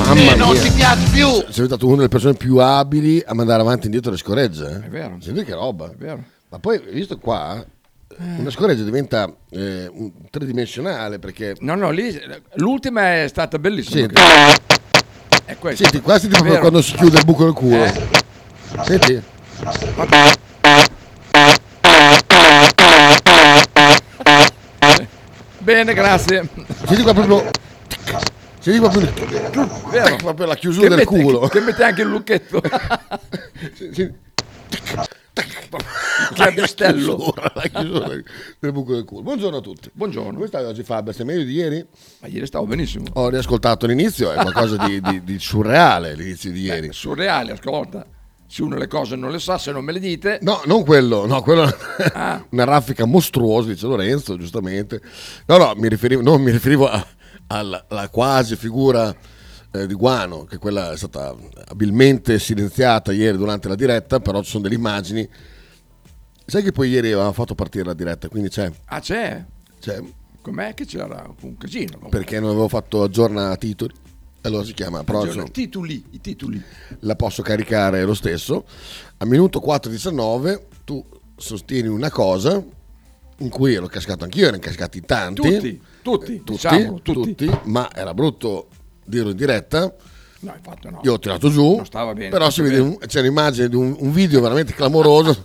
Mamma non mia. ti piace più. Sei diventato una delle persone più abili a mandare avanti e indietro le scoregge. È vero. Senti che roba. È vero. Ma poi, visto qua, una scoreggia diventa tridimensionale perché... No, lì l'ultima è stata bellissima. Senti, È questa. senti, qua senti proprio Vero. quando si chiude il buco del culo. Senti? Bene, grazie. Senti qua proprio... Senti qua proprio la chiusura del culo. Che mette anche il lucchetto. Senti. Il clavistello. La chiusura del buco del culo. Buongiorno a tutti. Buongiorno. Come stai oggi, Fabio? Stai meglio di ieri? Ma ieri stavo benissimo. Ho riascoltato l'inizio, è qualcosa di surreale l'inizio di ieri. Surreale, ascolta. Se uno le cose non le sa, se non me le dite. No, non quello, no, quello Ah. una raffica mostruosa, dice Lorenzo, giustamente. No, non mi riferivo alla quasi figura di Guano, che quella è stata abilmente silenziata ieri durante la diretta, però ci sono delle immagini. Sai che poi ieri avevamo fatto partire la diretta, quindi c'è. Ah, c'è? C'è, Com'è che c'era un casino? comunque. perché non avevo fatto aggiorna titoli, allora si chiama, però C'erano i titoli. la posso caricare lo stesso. A minuto 4:19 tu sostieni una cosa in cui ero cascato anch'io, erano cascati tanti. Tutti, diciamolo, tutti. Ma era brutto dirlo in diretta. No, infatti no. Io ho tirato giù, Non stava bene, però si vede bene. c'è un'immagine di un video veramente clamoroso.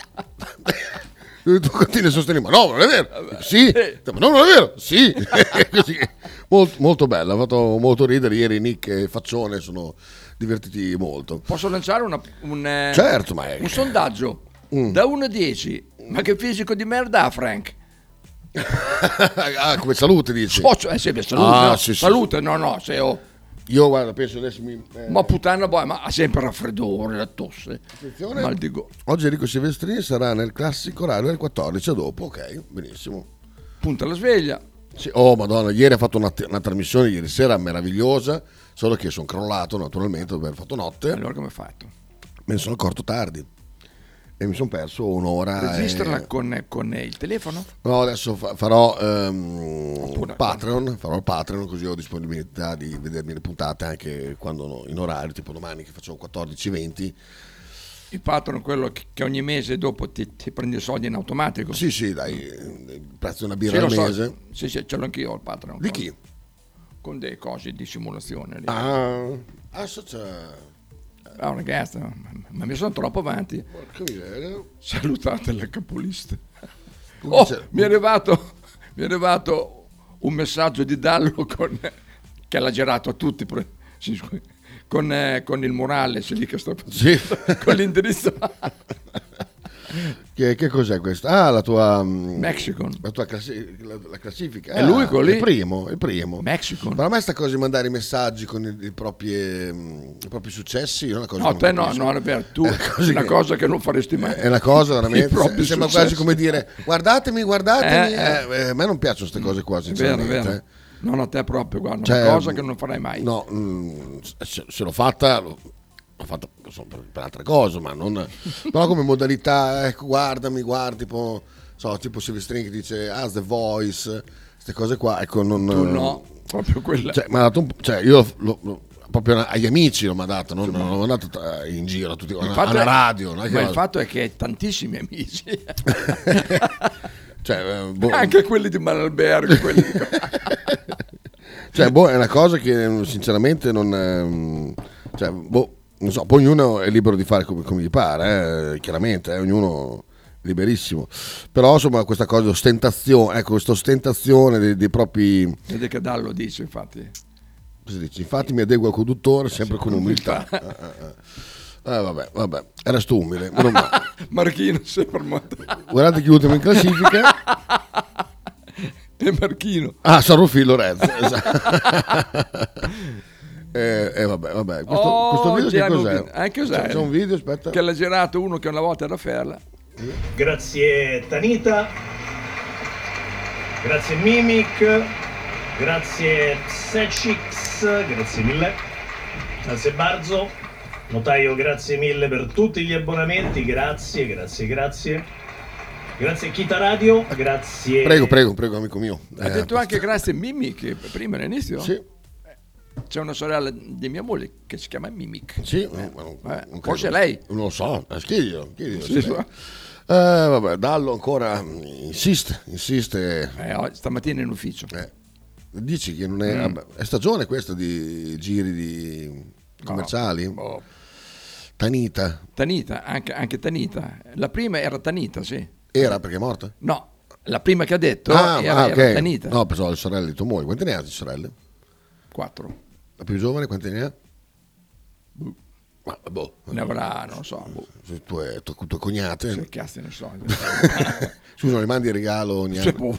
Tu continui a sostenere, ma no, non è vero, sì, ma no, non è vero, sì. Così, molto bello, ha fatto molto ridere ieri. Nick e Faccione sono divertiti molto. Posso lanciare un Certo, ma è... un sondaggio da 1 a 10. Ma che fisico di merda ha Frank? Ah, come salute dici? Sempre salute, Ah, no? sì, sì, Salute, no, se ho... Io guarda, penso adesso Ma puttana boia, ma ha sempre raffreddore, la tosse. Attenzione. Mal di go. Oggi Enrico Silvestrini sarà nel classico orario alle 14 a dopo, ok, benissimo. Punta la sveglia. Sì, oh madonna, ieri ha fatto una trasmissione ieri sera meravigliosa, solo che sono crollato naturalmente dopo aver fatto notte. Allora come hai fatto? Me ne sono accorto tardi e mi sono perso un'ora. Registrala con il telefono? No, adesso farò Oppure- farò il Patreon, così ho disponibilità di vedermi le puntate anche quando in orario, tipo domani che facciamo 14:20. Il patron, quello che ogni mese dopo ti prende i soldi in automatico? Sì, dai, il prezzo di una Sì, birra lo al so. mese. Sì, ce l'ho anch'io il patron. Di chi? Con dei cosi di simulazione lì. Adesso c'è... Ah, ragazzi, ma mi sono troppo avanti. Porca miseria. Salutate la capolista. Come Oh, dice- mi è arrivato un messaggio di Dallo che l'ha girato a tutti con il murale, c'è lì che sto Sì. con l'indirizzo Che cos'è questo? Ah, la tua Mexicon. la tua la classifica. È lui quello lì? Il primo. Mexicon. Ma a me sta cosa di mandare i messaggi con i propri successi è una cosa No, che te non no, capisco. non è vero, tu così una che- cosa che non faresti mai. È una cosa I veramente. propri Sembra successi. quasi come dire guardatemi. Eh. A me non piacciono queste cose qua, È vero, è sinceramente. vero. No, a te proprio, guarda, Cioè, una cosa che non farai mai. No, se l'ho fatta, l'ho fatta per altre cose, ma non. Però come modalità, ecco, guardi, tipo Silvestrini che dice The Voice, queste cose qua, ecco, non. Tu no, proprio quella. Cioè, m'ha dato io proprio agli amici l'ho mandato, non l'ho mandato in giro a tutti, alla radio. Non è che Ma il vado- fatto è che hai tantissimi amici, cioè, anche quelli di Malalbergo, quelli di... cioè, è una cosa che sinceramente non. Cioè, non so, poi ognuno è libero di fare come gli pare, chiaramente, ognuno è liberissimo. Però insomma questa cosa di ostentazione, ecco, questa ostentazione dei propri. Vede che Dallo dice, infatti. Cosa dici? Infatti mi adeguo al conduttore sempre con umiltà. Vabbè, era sto umile. meno male. Marchino si è fermato. Guardate chi è ultimo in classifica. E Marchino. Ah, Sarrufi Lorenzo. Vabbè. Questo video che cos'è? Anche cos'è? C'è un video, aspetta. Che l'ha girato uno che una volta era Ferla. Grazie Tanita, grazie Mimic, grazie Secix, grazie mille, grazie Barzo, notaio, grazie mille per tutti gli abbonamenti, grazie. Grazie Kita Radio, grazie. Prego, amico mio. Ha detto anche grazie Mimmi che prima all'inizio. Sì. c'è una sorella di mia moglie che si chiama Mimic. Sì, ma non forse credo. lei. Non lo so, chiediglielo. Sì, se lei. Vabbè, Dallo ancora insiste. Stamattina in ufficio. Dici che non è... vabbè, è stagione questa di giri di commerciali? No. Tanita. Anche Tanita. La prima era Tanita, sì. Era perché è morta? No, la prima che ha detto era Tanita. No, pensavo alle sorelle di tua moglie. Quante ne ha di sorelle? 4. La più giovane quante ne ha? Ne avrà, non lo so. Tue cognate. Che cazzo ne so. Scusa, non le mandi in regalo ogni anno?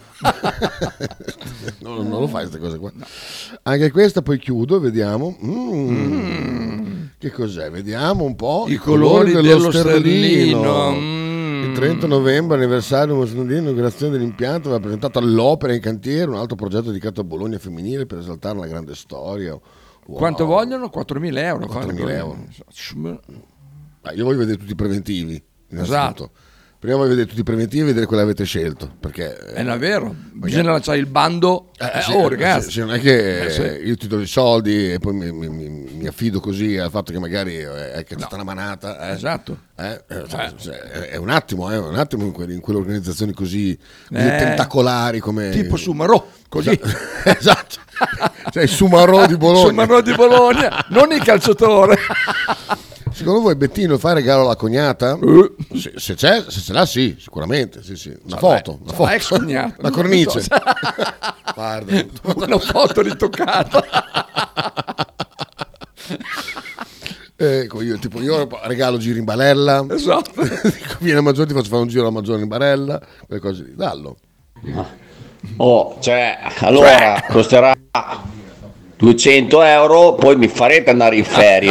Non lo fai queste cose qua. No. Anche questa poi chiudo, vediamo. Che cos'è? Vediamo un po'. I colori dello sterlino. Il 30 novembre, anniversario dell'inaugurazione dell'impianto, va presentato all'Opera in cantiere, un altro progetto dedicato a Bologna femminile per esaltare una grande storia. Wow. Quanto vogliono? 4.000 euro. 4.000 euro. Io voglio vedere tutti i preventivi. Esatto. Prima voglio vedere tutti i preventivi e vedere quelli che avete scelto. Perché è vero, bisogna lanciare il bando. Ragazzi. Non è che io ti do i soldi e poi mi affido così al fatto che magari è cacciata una manata. Esatto. È un attimo in quelle organizzazioni così tentacolari come... Tipo Sumarò, così. Esatto. Cioè il Sumarò di Bologna. Sumarò di Bologna, non il calciatore. Secondo voi Bettino fa regalo alla cognata? Se ce l'ha, sì, sicuramente. Sì. Una foto. Ex cognata. Una cornice. So. Guarda. Una foto ritoccata. Io regalo giri in barella. Esatto. Viene a Maggiore, ti faccio fare un giro a Maggiore in barella. Quelle cose lì. Dallo. Allora costerà 200 euro, poi mi farete andare in ferie.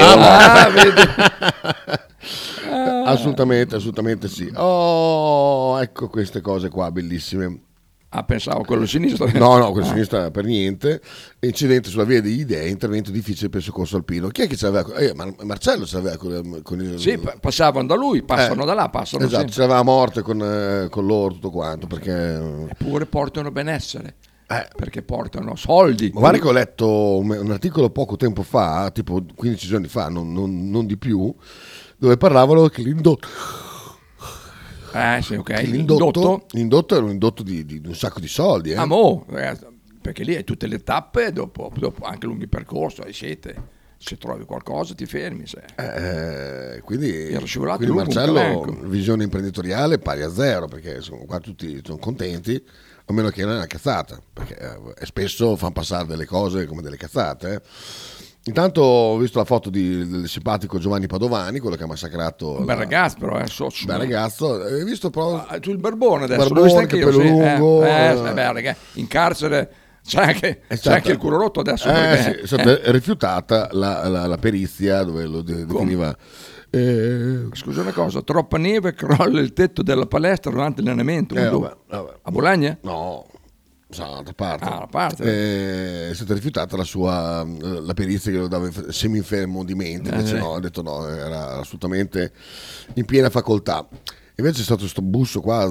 Assolutamente sì. Oh, ecco queste cose qua bellissime. Pensavo quello sinistra. No, quello sinistra per niente. Incidente sulla via degli Dei, intervento difficile per il soccorso alpino. Chi è che c'aveva? Marcello c'aveva con il... Sì, passavano da lui, passano da là, passano. Esatto, c'aveva morte con loro tutto quanto, perché... Eppure portano benessere. Perché portano soldi. Ma guarda che ho letto un articolo poco tempo fa, tipo 15 giorni fa, non di più, dove parlavano che l'indotto l'indotto era un indotto di un sacco di soldi. Perché lì hai tutte le tappe, dopo anche lunghi percorsi, siete. Se trovi qualcosa ti fermi. Quindi lungo, Marcello, visione imprenditoriale pari a zero, perché qua tutti sono contenti, a meno che non è una cazzata, perché spesso fanno passare delle cose come delle cazzate. Intanto ho visto la foto del simpatico Giovanni Padovani, quello che ha massacrato. Un bel ragazzo, però bel ragazzo. Hai visto proprio tu il barbone adesso? Barbone, capello lungo. In carcere c'è anche il culo rotto adesso. È stata rifiutata la perizia dove lo definiva. Scusa una cosa, troppa neve, crolla il tetto della palestra durante l'allenamento. Vabbè. A Bologna? No. Un'altra parte. È stata rifiutata la perizia che lo dava semifermo di mente, invece no, ha detto no, era assolutamente in piena facoltà. Invece è stato questo busso qua,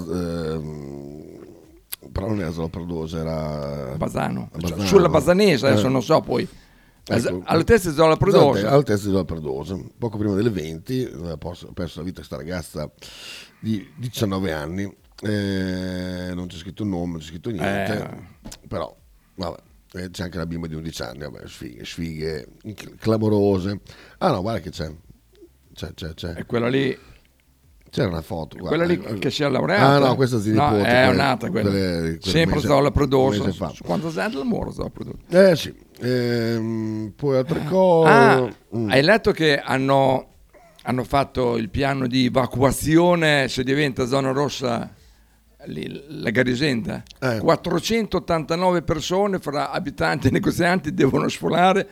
però non era solo Pradosa, era Bazano. Sulla Basanese, adesso non so poi. All'altezza di Zola Pradosa. All'altezza di Zola Pradosa, poco prima delle 20, ha perso la vita questa ragazza di 19 anni. Non c'è scritto il nome, non c'è scritto niente, però vabbè, c'è anche la bimba di 11 anni, vabbè, sfighe clamorose. No, guarda che c'è. E quella lì c'era una foto, guarda. Quella lì che si è laureata. No, questa zinipote, è un'altra quella. Sempre Zola Pradosa. Quanto è il muro Zola Pradosa? Sì. Poi altre cose. Hai letto che hanno fatto il piano di evacuazione se diventa zona rossa la Garisenda? 489 persone fra abitanti e negozianti devono sfolare.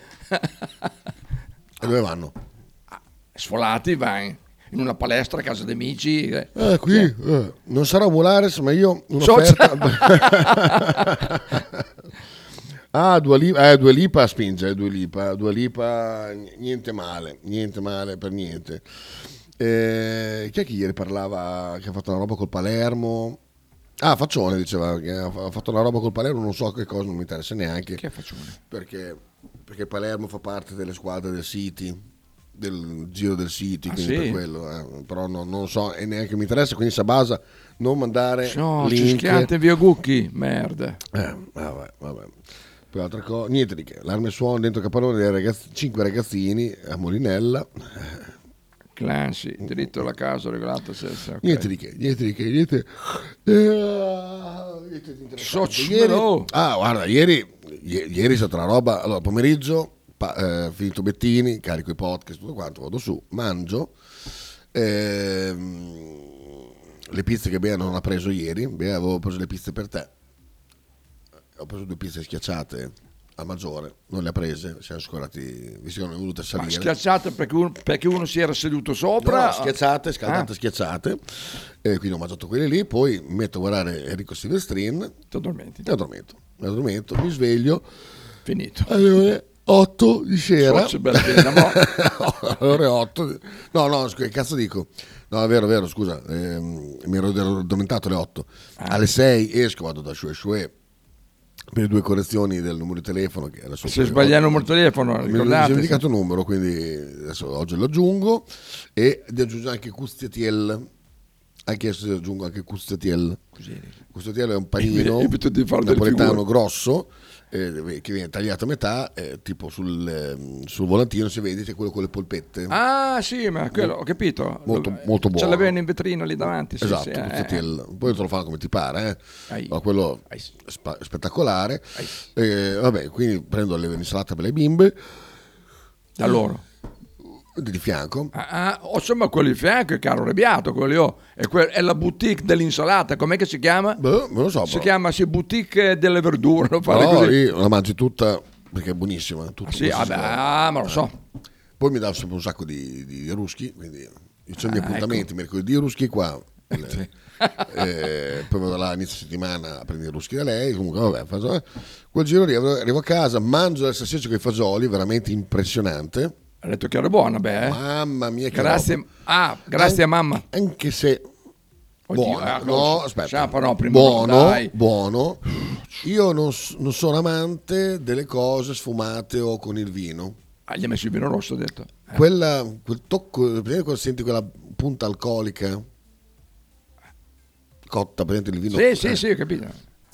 E dove vanno? Sfolati vanno in una palestra a casa di amici. Qui non sarà Mulares, ma io un'offerta. Dua Lipa spinge, Dua Lipa niente male per niente. Chi è che ieri parlava che ha fatto una roba col Palermo? Faccione diceva che ha fatto una roba col Palermo, non so che cosa, non mi interessa neanche. Che è Faccione? Perché perché Palermo fa parte delle squadre del City, del Giro del City, quindi per quello, però non so e neanche mi interessa, quindi Sabasa non mandare link. Cischiante via Gucchi, merda. Vabbè. Poi altra cosa, niente di che, l'arma e suono dentro Capannone, 5 ragazzini a Molinella. Clancy, diritto alla casa regolato okay. Niente di che. Niente di interessante. Guarda, ieri è stata una roba. Allora, pomeriggio, finito Bettini, carico i podcast, tutto quanto, vado su, mangio. Le pizze che Bea non ha preso ieri, Bea avevo preso le pizze per te. Ho preso 2 pizze schiacciate a Maggiore, non le ha prese, siamo scorati, vi sono venute a salire. Ma schiacciate perché uno si era seduto sopra? No, schiacciate, scaldate, schiacciate. Quindi ho mangiato quelle lì, poi mi metto a guardare Enrico Silvestrin. Ti addormenti? Mi addormento, mi sveglio. Finito. Alle 8 di sera. Alle 8. No, che cazzo dico? No, è vero, scusa, mi ero addormentato alle 8. Alle 6 esco, vado da Shue per le 2 correzioni del numero di telefono che era se sbagliai il numero di telefono mi ho dimenticato il numero, quindi adesso oggi lo aggiungo e di aggiungere anche Custatiel, anche se aggiungo anche Custatiel. Custatiel è un panino napoletano grosso che viene tagliato a metà, tipo sul volantino si vede c'è quello con le polpette. Ah sì, ma quello ho capito, molto buono, ce l'avevano in vetrina lì davanti, esatto, poi te lo fanno come ti pare, ma quello spettacolare. Vabbè, quindi prendo l'insalata per le bimbe da loro di fianco. Insomma, quello di fianco è Caro Rebbiato, quello è la boutique dell'insalata, com'è che si chiama? Non lo so. Si chiama boutique delle verdure, lo fare no, così. Lì la mangi tutta perché è buonissima. Ma lo so. Poi mi dà sempre un sacco di ruschi, quindi io ho i miei appuntamenti, mercoledì ruschi qua. Poi vado là inizio settimana a prendere i ruschi da lei. Comunque vabbè, quel giro lì arrivo a casa, mangio la salsiccia con i fagioli, veramente impressionante. Ha detto che era buona, Mamma mia, che grazie roba. Grazie a mamma. Anche se buono, buono. Io non sono amante delle cose sfumate o con il vino. Gli ha messo il vino rosso, ha detto. Quel tocco, quando senti quella punta alcolica cotta, per esempio il vino. Sì, ho capito.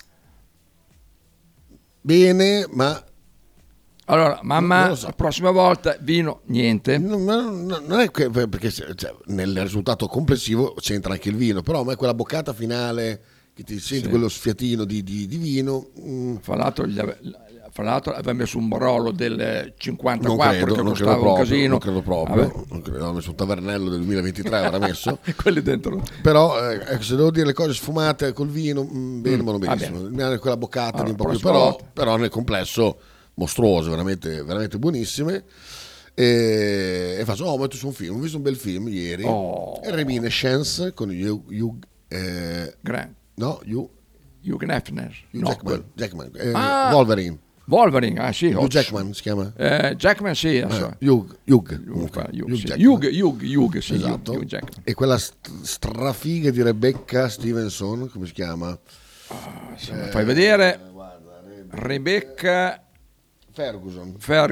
Bene, ma allora, mamma, la prossima volta vino, niente. Non è perché nel risultato complessivo c'entra anche il vino, però a me quella boccata finale che ti senti quello sfiatino di vino. Fra l'altro aveva messo un Barolo del 54 che non costava un casino. Non credo proprio. Aveva messo un Tavernello del 2023, avrà messo. Quelli dentro. Però se devo dire le cose sfumate col vino, bene, ma non benissimo. Mi ha quella boccata di un po' più, però nel complesso mostruose, veramente, veramente buonissime. E faccio, ma tu su un film, ho visto un bel film ieri, Reminiscence con Hugh Hefner, Jackman, Wolverine, sì, Hugh Jackman si chiama? Jackman, sì, Hugh esatto. Hugh Jackman. E quella strafiga di Rebecca Stevenson, come si chiama? Fai vedere, Rebecca Ferguson.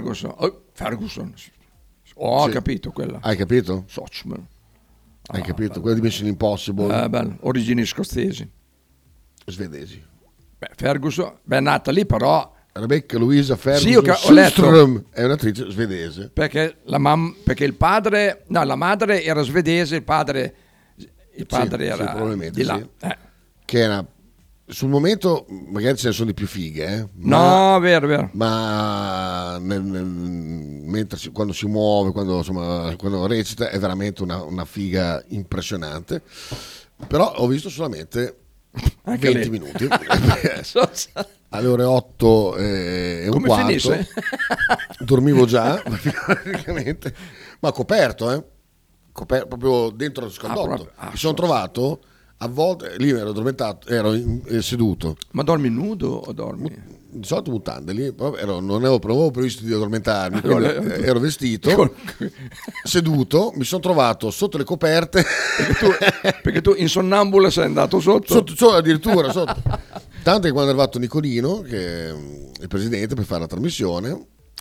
Ho capito quella. Hai capito? Sochman. Hai capito? Quella di Mission Impossible. Bello. Origini scozzesi. Svedesi. Ferguson, è nata lì però. Rebecca Louisa Ferguson Sundström è un'attrice svedese. Perché il padre, no, la madre era svedese, il padre era probabilmente di là. Sì. Che era sul momento magari ce ne sono di più fighe, no, vero. Ma mentre quando si muove, quando recita è veramente una figa impressionante. Però ho visto solamente 20 minuti. Alle ore 8 e un quarto finisce? Dormivo già praticamente, ma coperto proprio dentro lo scaldotto. Mi sono trovato a volte lì, ero addormentato, ero seduto. Ma dormi nudo o dormi? Di solito mutande lì, non avevo previsto di addormentarmi, ero vestito, seduto, mi sono trovato sotto le coperte. Perché tu in sonnambula sei andato sotto? Addirittura sotto. Tanto che quando è arrivato Nicolino, che è il presidente, per fare la trasmissione,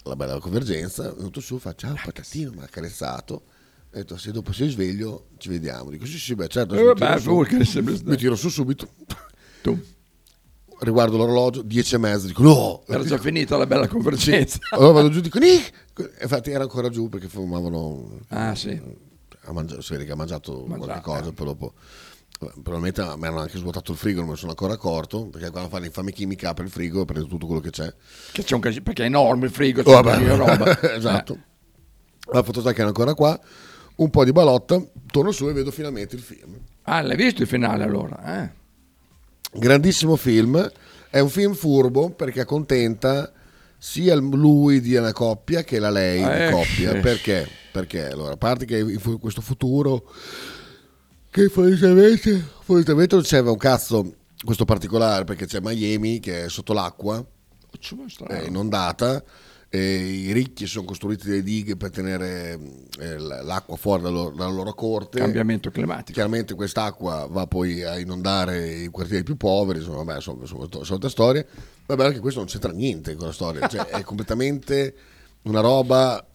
la bella convergenza, è venuto su, fa ciao patatino, mi ha carezzato, ha detto se dopo sei sveglio ci vediamo, dico sì beh certo, mi tiro su subito, tu riguardo l'orologio 10:30, dico no, era già finita la bella convergenza. Allora vado giù, dico infatti era ancora giù perché fumavano, sì, si vede che ha mangiato qualche cosa, poi dopo probabilmente mi hanno anche svuotato il frigo, non me ne sono ancora accorto, perché quando fanno l'infame chimica apre il frigo e prende tutto quello che c'è, perché è enorme il frigo, c'è roba. Esatto. La foto sta che era ancora qua, un po' di balotta, torno su e vedo finalmente il film. L'hai visto il finale allora? Grandissimo film, è un film furbo perché accontenta sia lui di una coppia che la lei di coppia. Perché allora, a parte che in questo futuro che fondamentalmente non serve un cazzo questo particolare, perché c'è Miami che è sotto l'acqua, è inondata, e i ricchi sono costruiti delle dighe per tenere l'acqua fuori dalla loro corte. Cambiamento climatico. Chiaramente quest'acqua va poi a inondare i quartieri più poveri, insomma, vabbè, sono solita storia. Ma bello che questo non c'entra niente con la storia, cioè è completamente una roba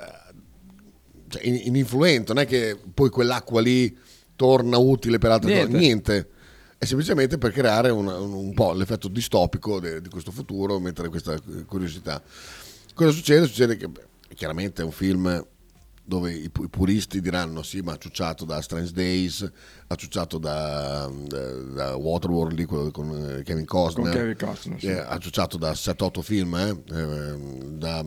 cioè, ininfluente, non è che poi quell'acqua lì torna utile per altre cose, niente. È semplicemente per creare un po' l'effetto distopico di questo futuro, mettere questa curiosità. Cosa succede? Succede che chiaramente è un film dove i puristi diranno sì, ma ha ciucciato da Strange Days, ha ciucciato da Waterworld lì, con Kevin Costner, sì. Ha ciucciato da 7-8 film, da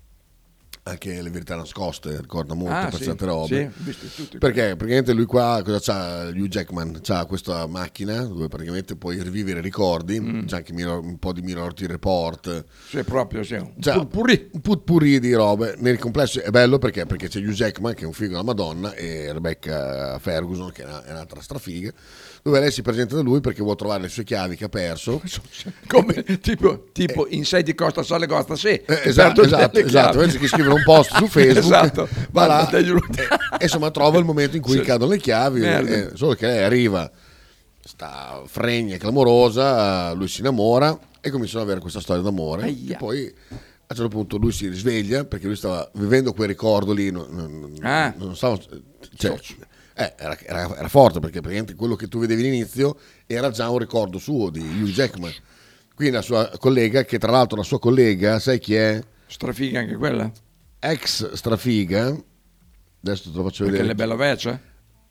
anche Le verità nascoste, ricorda molto per certe robe, tutti. Perché praticamente lui qua cosa c'ha? Hugh Jackman c'ha questa macchina dove praticamente puoi rivivere ricordi, c'è anche un po' di Minority Report, proprio un putpurri di robe. Nel complesso è bello perché c'è Hugh Jackman che è un figo della Madonna e Rebecca Ferguson che è un'altra strafiga, dove lei si presenta da lui perché vuole trovare le sue chiavi che ha perso, come tipo in 6 di Costa Sole Costa, esatto, invece che scrivere un post su Facebook, esatto, va là e insomma trova il momento in cui cadono le chiavi, solo che lei arriva, sta fregna clamorosa, lui si innamora e cominciano ad avere questa storia d'amore. E poi a un certo punto lui si risveglia perché lui stava vivendo quel ricordo lì, non stava, cioè, era forte perché praticamente quello che tu vedevi all'inizio era già un ricordo suo di Hugh Jackman. Quindi la sua collega, che tra l'altro la sua collega, sai chi è? Strafiga anche quella? Ex strafiga, adesso te lo faccio vedere. Perché è bella vecchia?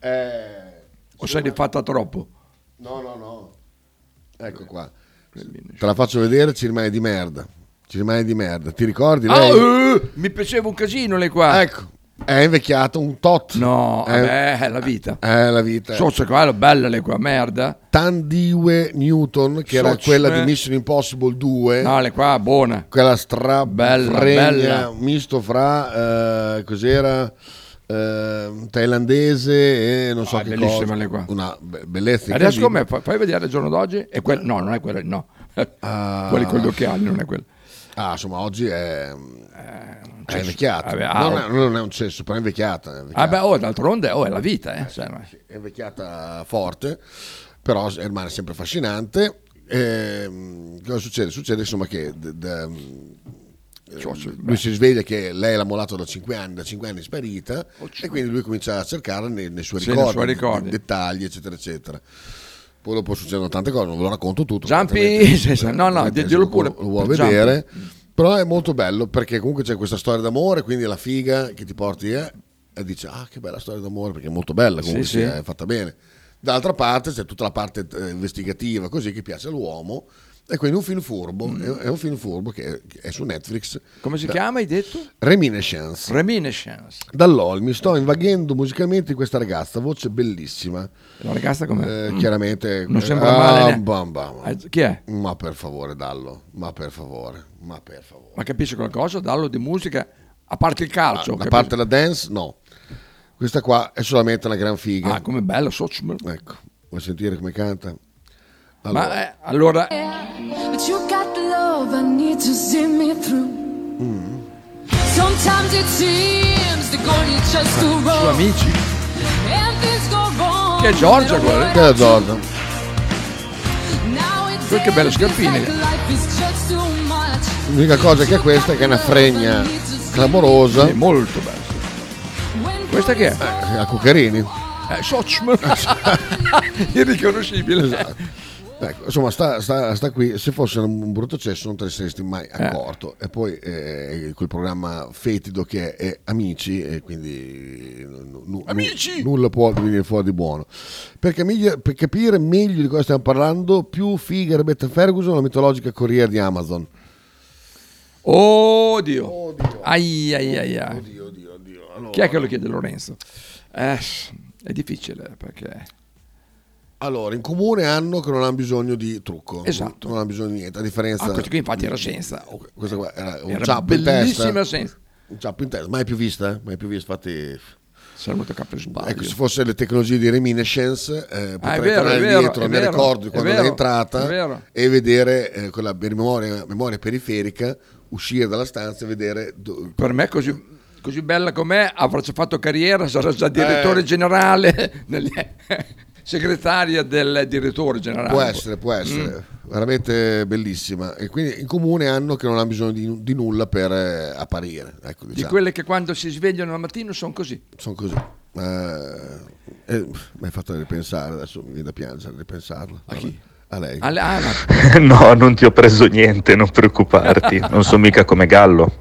O sei rifatta troppo? No, ecco qua, te la faccio vedere, ci rimane di merda, ti ricordi lei? Mi piaceva un casino lei qua. Ecco, è invecchiato un tot. No, è la vita. È la vita. Qua, bella lei qua, merda. Tandiwe Newton, che era quella di Mission Impossible 2. No, lei qua, buona. Quella bella. Misto fra, cos'era? Thailandese e non so che cosa. Bellissima lei qua. Una bellezza. Adesso come? Fai vedere il giorno d'oggi? No, non è quella, no. Quelli con gli occhiali, non è quella. Insomma, oggi è invecchiata. Non è un cesso, però è invecchiata. D'altronde è la vita. È invecchiata forte, però rimane sempre affascinante. Cosa succede? Succede insomma che lui si sveglia che lei l'ha mollato da 5 anni è sparita, e quindi lui comincia a cercarla nei suoi ricordi, dettagli, eccetera, eccetera. Poi dopo succedono tante cose, non ve lo racconto tutto. Dillo pure. Lo vuoi vedere? Però è molto bello perché comunque c'è questa storia d'amore, quindi la figa che ti porti e dici che bella storia d'amore, perché è molto bella, comunque è fatta bene. Dall'altra parte c'è tutta la parte investigativa così che piace all'uomo. E quindi un film furbo, è un film furbo che è su Netflix. Come si chiama, hai detto? Reminiscence. Dall'Olmi sto invaghendo musicalmente di questa ragazza, voce bellissima. La ragazza com'è? Chiaramente non sembra male. Chi è? Ma per favore, Dallo, ma per favore. Ma capisci qualcosa, Dallo, di musica? A parte il calcio. A parte la dance, no. Questa qua è solamente una gran figa. Come bello, ecco, vuoi sentire come canta? Allora. But you got the love I need to see me through. Sometimes it seems the going just too wrong. Suoi amici. And things go wrong. Che è Giorgia quella? Che è Giorgia? Che belle scarpine. Life is just too much. L'unica cosa che è questa è che è una fregna clamorosa. È molto bella. Questa che è? A Cuccarini. Sochman. Irriconoscibile. Esatto. Ecco, insomma, sta qui. Se fosse un brutto cesso non te ne saresti mai accorto. E poi quel programma fetido che è Amici, e quindi Amici! Nulla può venire fuori di buono. Per capire meglio di cosa stiamo parlando, più figa Rebecca Ferguson, la mitologica corriera di Amazon. Oddio. Ai. Oddio. Allora, Chi è che lo chiede, Lorenzo? È difficile perché... Allora, in comune hanno che non hanno bisogno di trucco. Esatto. Non hanno bisogno di niente, a differenza... questo qui infatti era senza. Questa qua era un Era ciappo in testa. bellissima senza. Un ciappo in testa, mai più vista, infatti... Sarebbe venuto capo sbaglio. Ecco, se fosse le tecnologie di reminiscence, potrei vero, tornare è vero, indietro è nei vero, ricordi di è quando vero, è è entrata vero. e vedere con la memoria periferica, uscire dalla stanza e vedere... Per me così bella com'è, avrà già fatto carriera, sarà già direttore generale, segretaria del direttore generale. Può essere, veramente bellissima. E quindi in comune hanno che non hanno bisogno di nulla per apparire. Ecco, diciamo. Di quelle che quando si svegliano al mattino sono così. Sono così. Mi hai fatto ripensare, adesso mi viene da piangere ripensarla. A chi? A lei. No, non ti ho preso niente, non preoccuparti, non sono mica come Gallo.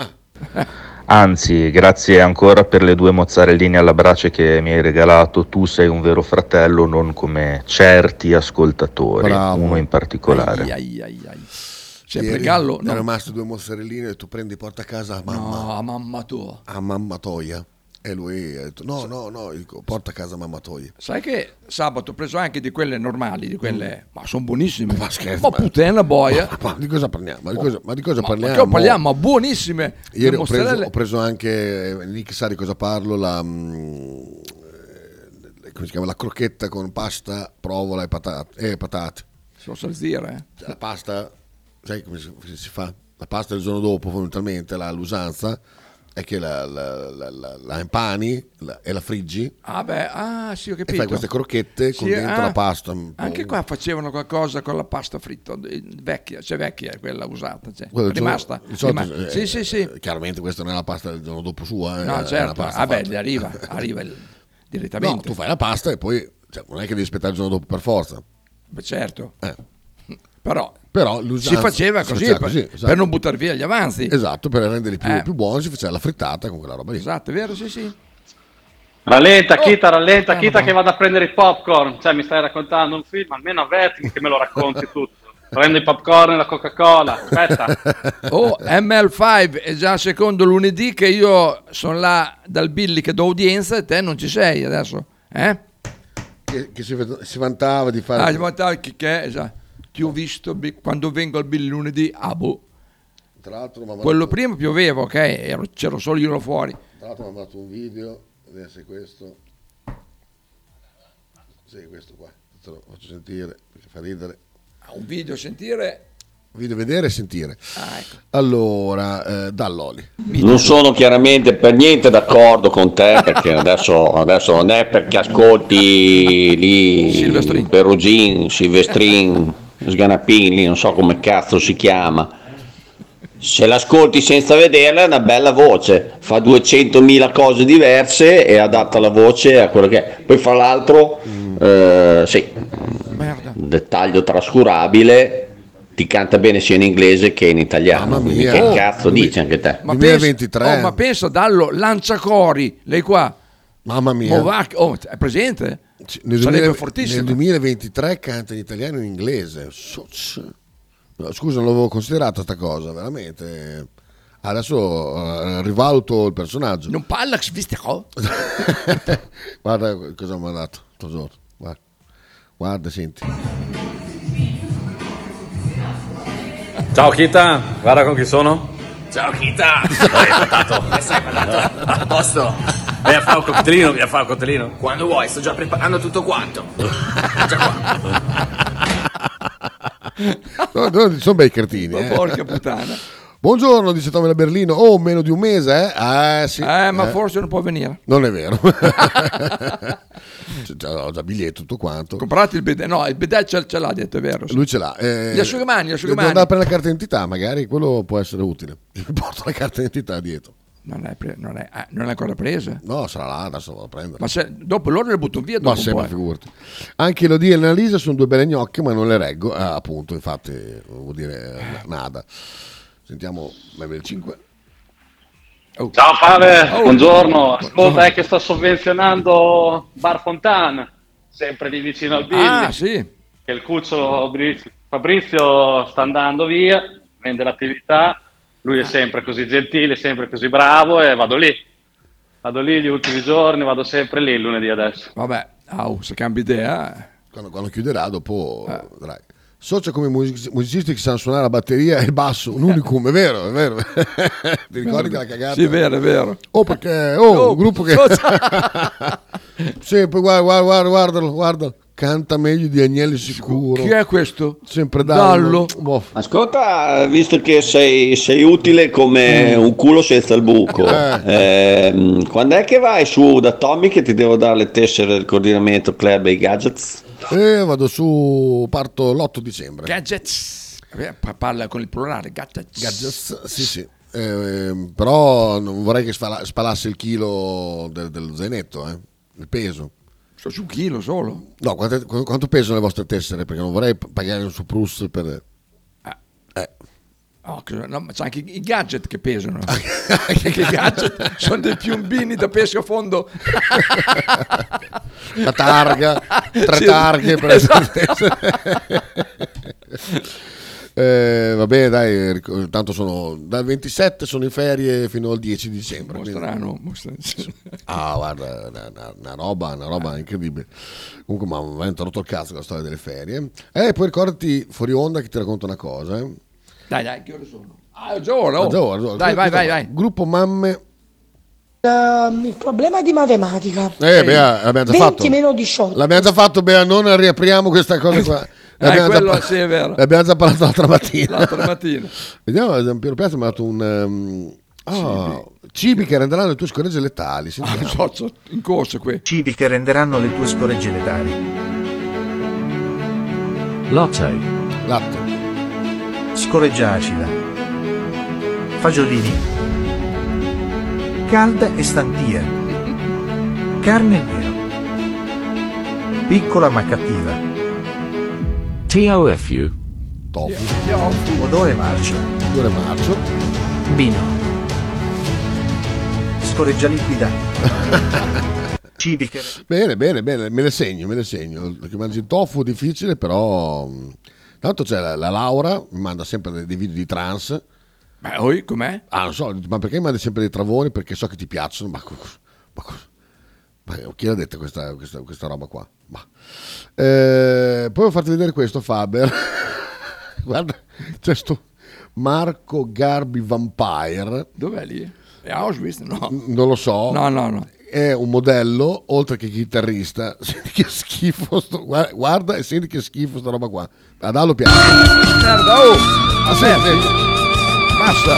Anzi, grazie ancora per le 2 mozzarelline alla brace che mi hai regalato. Tu sei un vero fratello, non come certi ascoltatori. Bravo. Uno in particolare. Ai. Sempre Gallo. Erano rimaste 2 mozzarelline e tu prendi porta a casa a mamma. No, a mamma tua. A mamma Toia. E lui ha detto no, dico, porta a casa mamma Toia. Sai che sabato ho preso anche di quelle normali, di quelle, ma sono buonissime. Ma scherzo, ma puttana boia. Ma di cosa parliamo? Ma di cosa parliamo? Ma che parliamo? Buonissime. Ieri Le ho preso anche, Nick sa di cosa parlo, come si chiama, la crocchetta con pasta, provola e patate. Si può salzire, La pasta, sai come si fa? La pasta il giorno dopo, fondamentalmente, l'usanza è che la impani e la friggi. Sì, ho capito. E fai queste crocchette con dentro la pasta. Anche qua facevano qualcosa con la pasta fritta, vecchia quella usata, Quella rimasta. Sì. Chiaramente questa non è la pasta del giorno dopo sua. No, certo. Arriva direttamente. No, tu fai la pasta e poi non è che devi aspettare il giorno dopo per forza. Beh, certo. Però si faceva così, esatto. per non buttare via gli avanzi. Esatto, per renderli più buoni si faceva la frittata con quella roba lì. Esatto, è vero, sì. Rallenta, Kita che vado a prendere i popcorn. Cioè, mi stai raccontando un film, almeno avvertimi che me lo racconti tutto. Prendo i popcorn e la Coca-Cola, aspetta. ML5 è già il secondo lunedì che io sono là dal Billy che do udienza e te non ci sei adesso, Che si vantava di fare... si vantava che esatto. Ti ho visto quando vengo al Billy lunedì, Tra l'altro, quello prima pioveva, ok, c'ero solo io là fuori. Tra l'altro mi ha mandato un video, vediamo se è questo. Sì, questo qua, te lo faccio sentire perché fa ridere. Un video sentire? Video vedere e sentire. Ecco. Allora, Dall'Oli. Non sono chiaramente per niente d'accordo con te, perché adesso non è perché ascolti lì Perugin, Silvestrin, Sganapin, lì non so come cazzo si chiama. Se l'ascolti senza vederla è una bella voce, fa 200.000 cose diverse e adatta la voce a quello che è. Poi fra l'altro, sì, un dettaglio trascurabile, ti canta bene sia in inglese che in italiano. Quindi che cazzo dici anche te? Ma 2023. ma pensa, Dallo, Lanciacori, lei qua. Mamma mia. È presente? Nel Sarebbe fortissimo. Nel 2023 canta in italiano e in inglese. No, scusa, non l'avevo considerata sta cosa, veramente. Adesso rivaluto il personaggio. Non parla svistico. Guarda cosa mi ha dato. Guarda, senti. Ciao Kita, guarda con chi sono. Ciao Kita. Come sei mandato? A posto? Vai a fare un coctelino, Quando vuoi, sto già preparando tutto quanto. Già qua. No, sono bei cretini. Porca puttana. Buongiorno, dice Tommy da Berlino. Meno di un mese, Sì. Ma forse non può venire. Non è vero. ho già biglietto, tutto quanto. Comprate il bidet. No, il bidet ce l'ha, detto, è vero. Lui ce l'ha. Gli asciugamani. Devo andare per la carta d'identità, magari quello può essere utile. Mi porto la carta d'identità dietro. Non è ancora presa? No, sarà là, adesso vado a prendere. Ma dopo loro le butto via. No, sempre, figurati. Anche Elodie e Annalisa sono due belle gnocche, ma non le reggo. Appunto, infatti, vuol dire nada. Sentiamo il 5. Oh. Ciao Fave, buongiorno. Ascolta, è che sto sovvenzionando Bar Fontan, sempre lì vicino al Billy. Ah, sì. Che il cucciolo Fabrizio sta andando via, vende l'attività. Lui è sempre così gentile, sempre così bravo e vado lì gli ultimi giorni, vado sempre lì il lunedì adesso. Vabbè, se cambi idea. Quando chiuderà dopo, dai. Socia come musicisti che sanno suonare la batteria e il basso, un unicum, è vero. Ti ricordi che la cagata? Sì, è vero. Perché, un gruppo che... Sì, poi guardalo. Canta meglio di Agnelli sicuro. Chi è questo? Sempre Dallo. Ascolta, visto che sei utile come un culo senza il buco, quando è che vai su da Tommy che ti devo dare le tessere del coordinamento club e i gadgets? Vado su, parto l'8 dicembre. Gadgets. Parla con il plurale, gadgets. Sì. Però non vorrei che spalasse il chilo dello zainetto, il peso. Sto su un chilo solo. No, quanto pesano le vostre tessere? Perché non vorrei pagare un surplus per... No, ma c'è anche i gadget che pesano. Anche i gadget sono dei piombini da pesca a fondo. La targa, 3 targhe per va bene, dai, tanto dal 27 sono in ferie fino al 10 dicembre. Strano. Guarda, una roba incredibile. Comunque, ma mi ha rotto il cazzo la storia delle ferie. Poi ricordati fuori onda che ti racconto una cosa. Dai, che ore sono? È già ora. Vai. Gruppo Mamme. Il problema di matematica. Bea, l'abbiamo già 20 fatto. meno 18. L'abbiamo già fatto, Bea, non riapriamo questa cosa qua. Sì, è vero. L'abbiamo già parlato l'altra mattina. Vediamo, Piero Piazza mi ha dato un... cibi che renderanno le tue scoregge letali. In corso qui. Cibi che renderanno le tue scoregge letali. Latte. Scoreggia acida. Fagiolini. Calda e stantia. Carne nero. Piccola ma cattiva. TOFU. Tofu. Odore marcio. Vino. Scoreggia liquida. Cibi che... Bene, me le segno. Perché mangi il tofu difficile, però... Tanto c'è la Laura, mi manda sempre dei video di trans. Com'è? Non so, ma perché mi mandi sempre dei travoni? Perché so che ti piacciono, ma chi l'ha detto questa roba qua? Poi devo farti vedere questo, Faber. Guarda, c'è sto Marco Garbi Vampire. Dov'è lì? È Auschwitz? No. Non lo so. No. È un modello, oltre che chitarrista. Senti che schifo guarda e senti che schifo sta roba qua. Adallo piace. Merda, senti. Basta.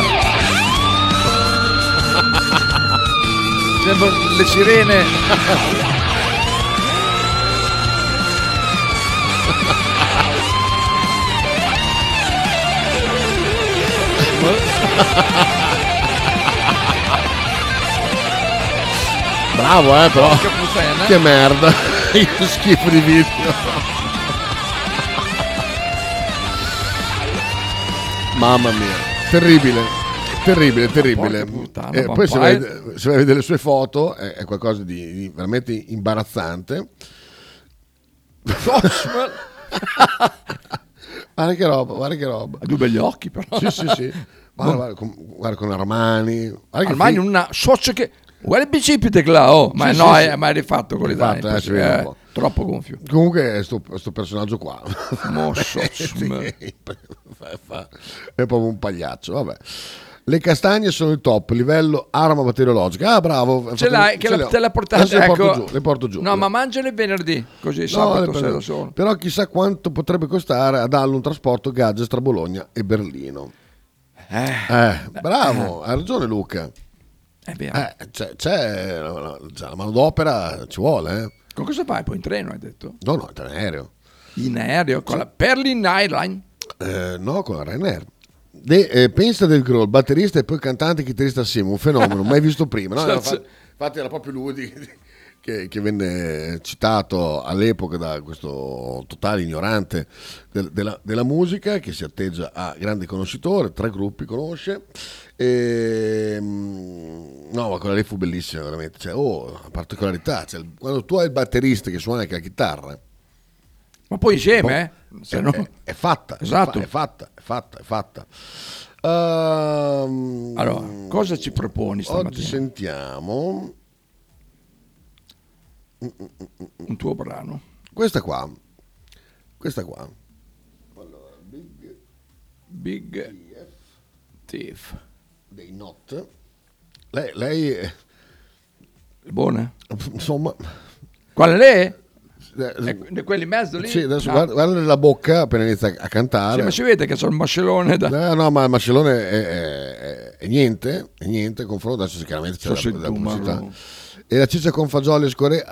Sembra le sirene. Bravo, però. Che merda. Che schifo di video. Mamma mia. Terribile. Poi se vai a vedere le sue foto è qualcosa di veramente imbarazzante. Guarda che roba. Ha due begli occhi, però. Sì. Guarda con Armani. Armani una socia che... Guarda il bicipite là, ma no, ma è rifatto con l'Italia. Troppo gonfio. Comunque sto personaggio qua. È proprio un pagliaccio, vabbè. Le castagne sono il top, livello arma batteriologica. Bravo. Ce l'hai, te la portate. Le porto giù. No, ma mangiale venerdì, così sabato sera solo. Però chissà quanto potrebbe costare a darle un trasporto gadget tra Bologna e Berlino. Bravo, hai ragione Luca. È vero. C'è la manodopera, ci vuole. Con cosa vai poi in treno, hai detto? No, in aereo. In aereo? Con la Berlin Airline? No, con la Ryanair. Pensa del Grohl, batterista e poi cantante e chitarrista assieme, un fenomeno, mai visto prima. No? Infatti era proprio lui che venne citato all'epoca da questo totale ignorante della musica, che si atteggia a grande conoscitore, 3 gruppi conosce. No, ma quella lì fu bellissima veramente, cioè, la particolarità, cioè, quando tu hai il batterista che suona anche la chitarra, ma poi insieme, se no... è fatta, esatto. è fatta. Allora, cosa ci proponi stamattina? Oggi sentiamo un tuo brano. Questa qua. Allora, Big Thief dei Not. Lei è buona? Insomma, quale lei? Quelli in mezzo lì? Sì, adesso guarda la bocca appena inizia a cantare. Sì, ma si vede che c'è un mascellone no, ma il mascellone è niente, confronto, adesso chiaramente c'è la pubblicità. E la ciccia con fagioli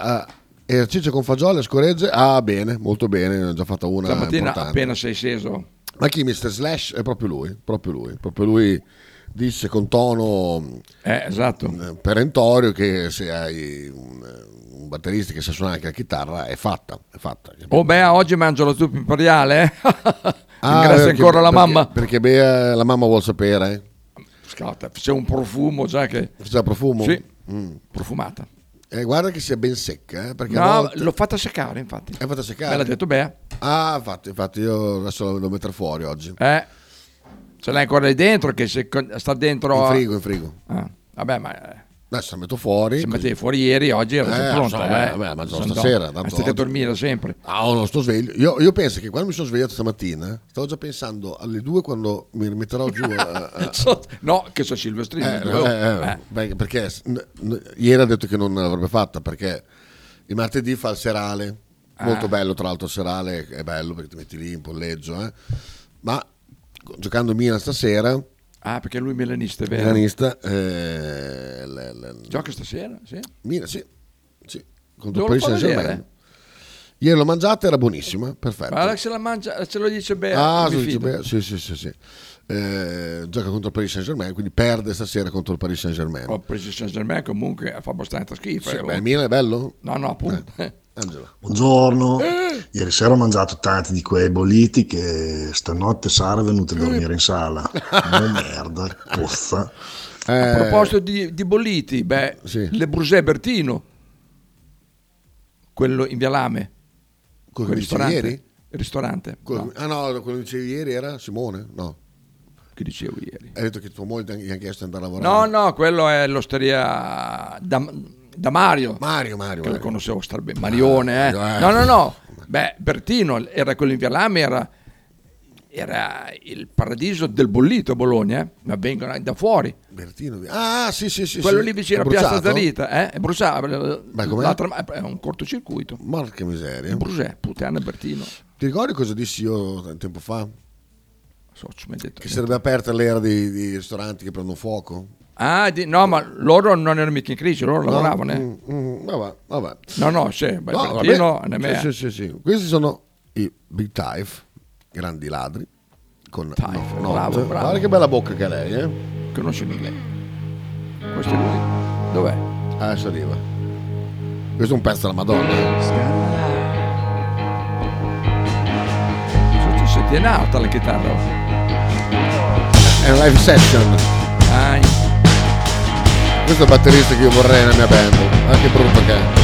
e scoregge, bene, molto bene, ne ho già fatta una stamattina importante. Appena sei sceso. Ma chi, Mr. Slash? È proprio lui disse con tono esatto, perentorio che se hai un batterista che sa suonare anche la chitarra è fatta. Oggi mangio la zuppa imperiale, ringrazio ancora la mamma. Perché la mamma vuol sapere. Scatta, c'è un profumo già che... C'è profumo? Sì, profumata. Guarda che sia ben secca, perché l'ho fatta seccare, infatti. È fatta seccare? Me l'ha detto Bea. Infatti io adesso la devo mettere fuori oggi. Ce l'hai ancora lì dentro, che se sta dentro... In frigo. Vabbè, ma... Adesso la metto fuori. Se mettevi fuori ieri, oggi era pronta. Vabbè, stasera. Anziché dormire sempre. Non sto sveglio. Io penso che quando mi sono svegliato stamattina, stavo già pensando alle 2 quando mi rimetterò giù. No, che so Silvestrini. Perché ieri ha detto che non l'avrebbe fatta, perché il martedì fa il serale. Molto bello, tra l'altro il serale è bello perché ti metti lì in polleggio. Ma giocando Milan stasera... perché lui è milanista, è vero? Milanista. Gioca stasera? Sì. Milan, sì. Contro il Paris Saint-Germain. Ieri l'ho mangiata, era buonissima, perfetto. Ma se la mangia, ce lo dice Bea. Sì. Gioca contro il Paris Saint-Germain, quindi perde stasera contro il Paris Saint-Germain. Il Paris Saint-Germain comunque fa abbastanza schifo. Il Milan è bello? No, appunto. Angela. Buongiorno. Ieri sera ho mangiato tanti di quei bolliti che stanotte Sara è venuta a dormire in sala. Merda, pozza. A proposito di bolliti, Le Brusè Bertino, quello in Via Lame, quello che dicevi ieri? Il ristorante. Quello che dicevi ieri era Simone? No. Che dicevo ieri? Hai detto che tua moglie gli ha chiesto di andare a lavorare? No, quello è l'osteria da Mario. Che lo conoscevo star bene. Marione, No. Bertino era quello in Via Lame, era il paradiso del bollito a Bologna, ma vengono da fuori. Bertino, sì. Quello lì vicino a Piazza Zarita, è bruciato. È un cortocircuito. Porca miseria. Brusè, puttana Bertino. Ti ricordi cosa dissi io tempo fa? Che sarebbe aperta l'era di ristoranti che prendono fuoco? No, ma loro non erano mica in crisi, loro lavoravano. Vabbè. Bertino, sì. Questi sono i Big Thief, grandi ladri. Con bravo. Guarda che bella bocca che ha lei, Conosci lei. Questo è lui. Dov'è? Adesso arriva. Questo è un pezzo della Madonna. Si tiene alta la chitarra. È una live session. Questo è il batterista che io vorrei nella mia band. Anche brutto che è.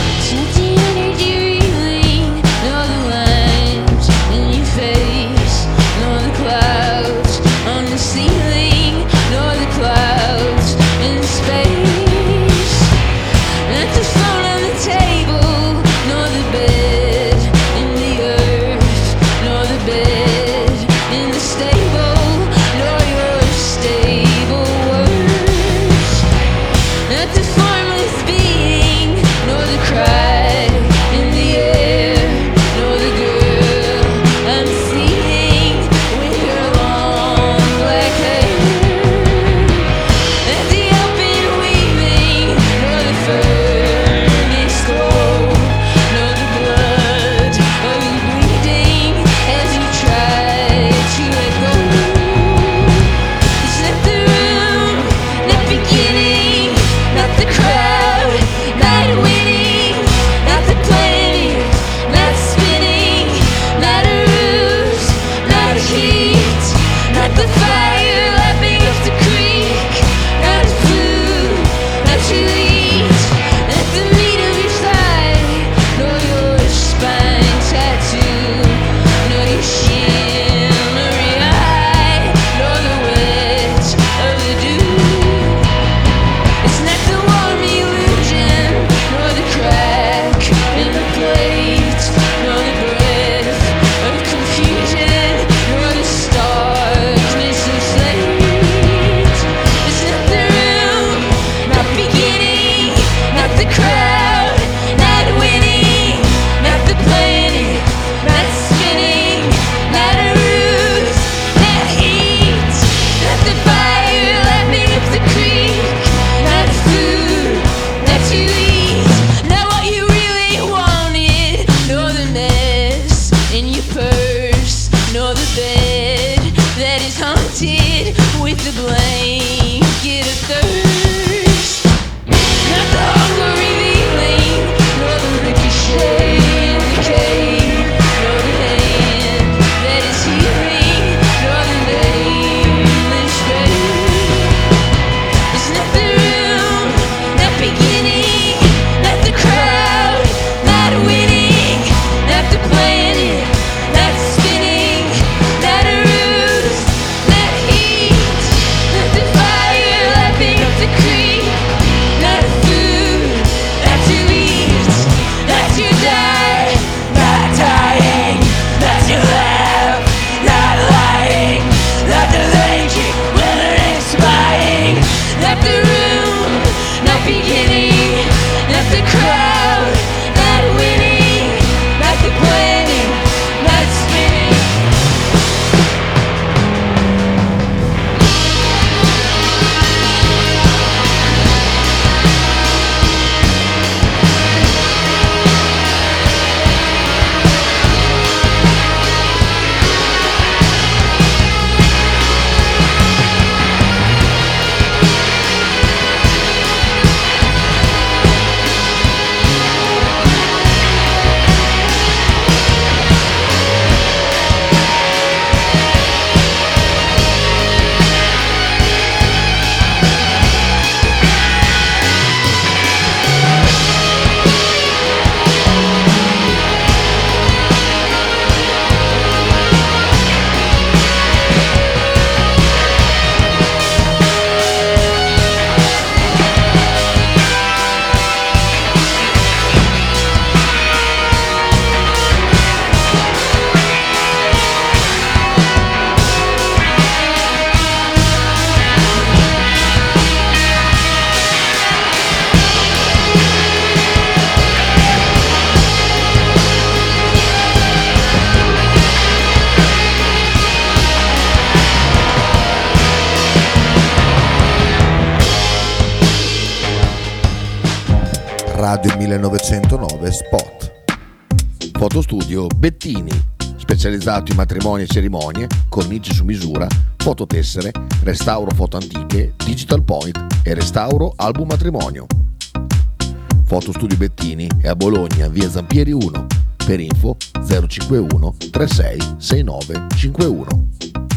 Not the formless being, nor the Radio 1909 Spot. Fotostudio Bettini, specializzato in matrimoni e cerimonie, cornici su misura, fototessere, restauro foto antiche, digital point e restauro album matrimonio. Fotostudio Bettini è a Bologna, via Zampieri 1. Per info 051 36 69 51.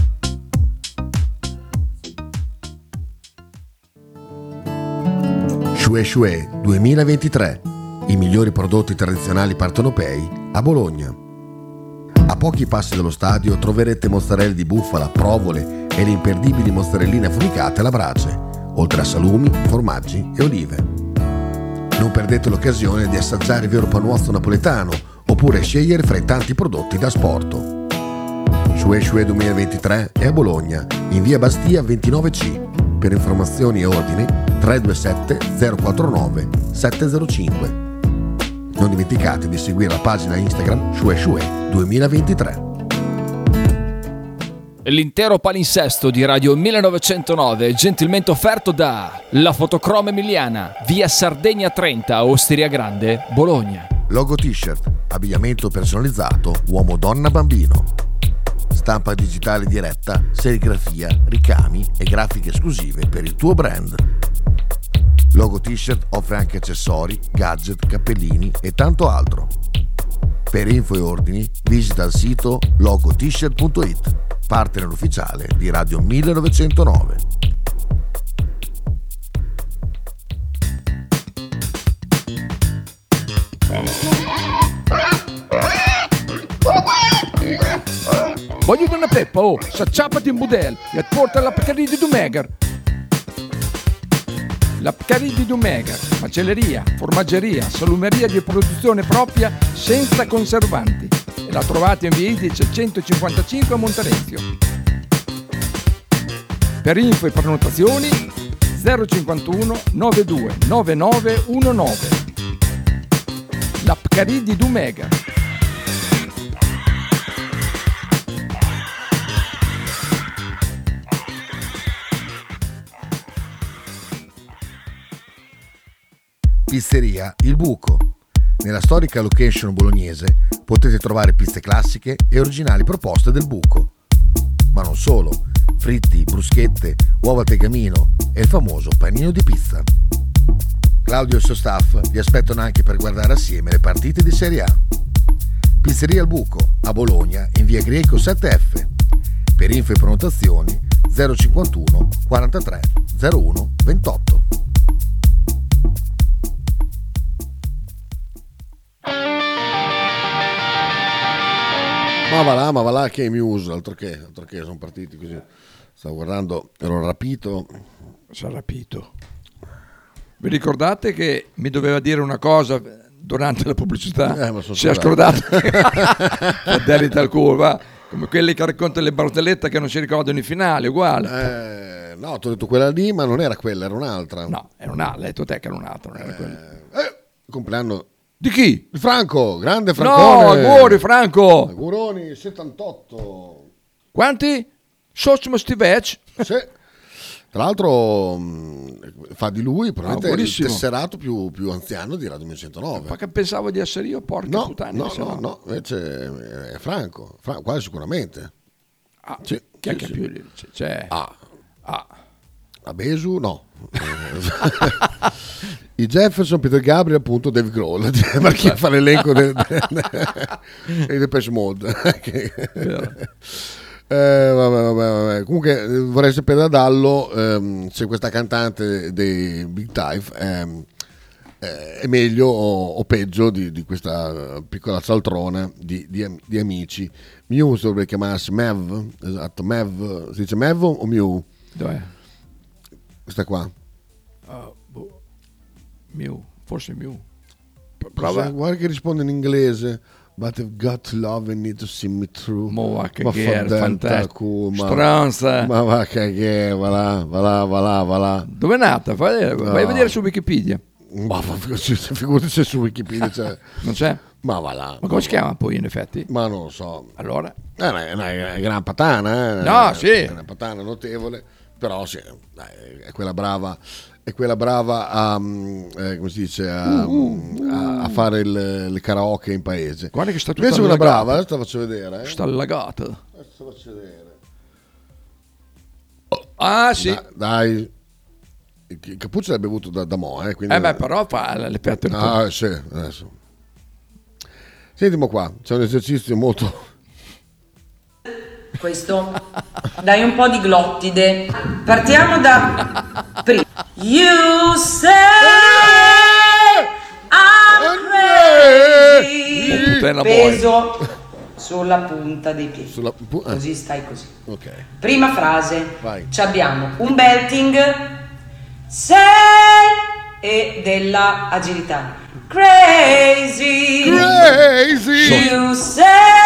Shue Shue 2023. I migliori prodotti tradizionali partenopei a Bologna. A pochi passi dallo stadio troverete mozzarella di bufala, provole e le imperdibili mozzarelline affumicate alla brace, oltre a salumi, formaggi e olive. Non perdete l'occasione di assaggiare il vero panuozzo napoletano oppure scegliere fra i tanti prodotti da asporto. Shue Shue 2023 è a Bologna, in via Bastia 29C. Per informazioni e ordini 327 049 705. Non dimenticate di seguire la pagina Instagram Shue Shue 2023. L'intero palinsesto di Radio 1909 è gentilmente offerto da La Fotocroma Emiliana, via Sardegna 30, Osteria Grande, Bologna. Logo t-shirt, abbigliamento personalizzato, uomo, donna, bambino. Stampa digitale diretta, serigrafia, ricami e grafiche esclusive per il tuo brand. Logo t-shirt offre anche accessori, gadget, cappellini e tanto altro. Per info e ordini visita il sito logotshirt.it, partner ufficiale di Radio 1909. Voglio una peppa, s'acciappati in budel e porta la Pcaridi di Dumegar. La Pcaridi di Dumegar, macelleria, formaggeria, salumeria di produzione propria senza conservanti. E la trovate in via Idice 155 a Monterezio. Per info e prenotazioni 051 92 9919. La Pcaridi di Dumegar. Pizzeria Il Buco. Nella storica location bolognese potete trovare pizze classiche e originali proposte del buco. Ma non solo, fritti, bruschette, uova al tegamino e il famoso panino di pizza. Claudio e il suo staff vi aspettano anche per guardare assieme le partite di Serie A. Pizzeria Il Buco, a Bologna, in via Greco 7F. Per info e prenotazioni 051 43 01 28. Ma va là che Muse, altro che sono partiti così. Stavo guardando, ero rapito. Sono rapito. Vi ricordate che mi doveva dire una cosa durante la pubblicità? Si è scordato. Derita al culo, va. Come quelli che raccontano le barzellette che non si ricordano in finale, uguale. No, ti ho detto quella lì, ma non era quella, era un'altra. No, era un'altra, hai detto te che era un'altra, non era quella. Compleanno di chi? Di Franco, grande Francone. No, auguri Franco. Auguroni, 78. Quanti? Sosmo Stivec. Sì. Tra l'altro fa di lui probabilmente il tesserato più anziano di Radio 1909. Ma che pensavo di essere io, porca puttana. No, invece è Franco, quasi sicuramente. Sì, chi è che più c'è? A Besu no. I Jefferson, Peter Gabriel, appunto Dave Grohl, per chi fa l'elenco dei Depeche Mode. Vabbè. Comunque vorrei sapere da Dallo se questa cantante dei Big Time è meglio o peggio di questa piccola cialtrona di amici. Muse dovrebbe chiamarsi Mev, esatto, Mev, si dice Mev o Mew? Dov'è? Questa qua. Mew, forse Mew. Prova. Guarda che risponde in inglese. But I've got love and need to see me through. Ma che fantastico. Stronza. Ma va che va là. Dove è nata? Vai a vedere su Wikipedia. Ma figurati se su Wikipedia c'è. Non c'è? Ma va là. Ma come si chiama poi in effetti? Ma non lo so. Allora? È una gran patana, No, sì. È una patana notevole. Però sì, dai, è quella brava a, come si dice, a fare il karaoke in paese. Guarda che sta tutta invece una allagata. brava, adesso la faccio vedere. Sta allagata. Adesso la faccio vedere. Ah sì. Dai. Il cappuccio l'hai bevuto da mo', quindi... però fa le pette. Ah, sì, adesso. Sentimo qua, c'è un esercizio molto... Questo, dai un po' di glottide. Partiamo da prima. You say I'm crazy. Peso sulla punta dei piedi. Così stai così. Ok. Prima frase. Vai. Ci abbiamo un belting, say e della agilità. Crazy. You say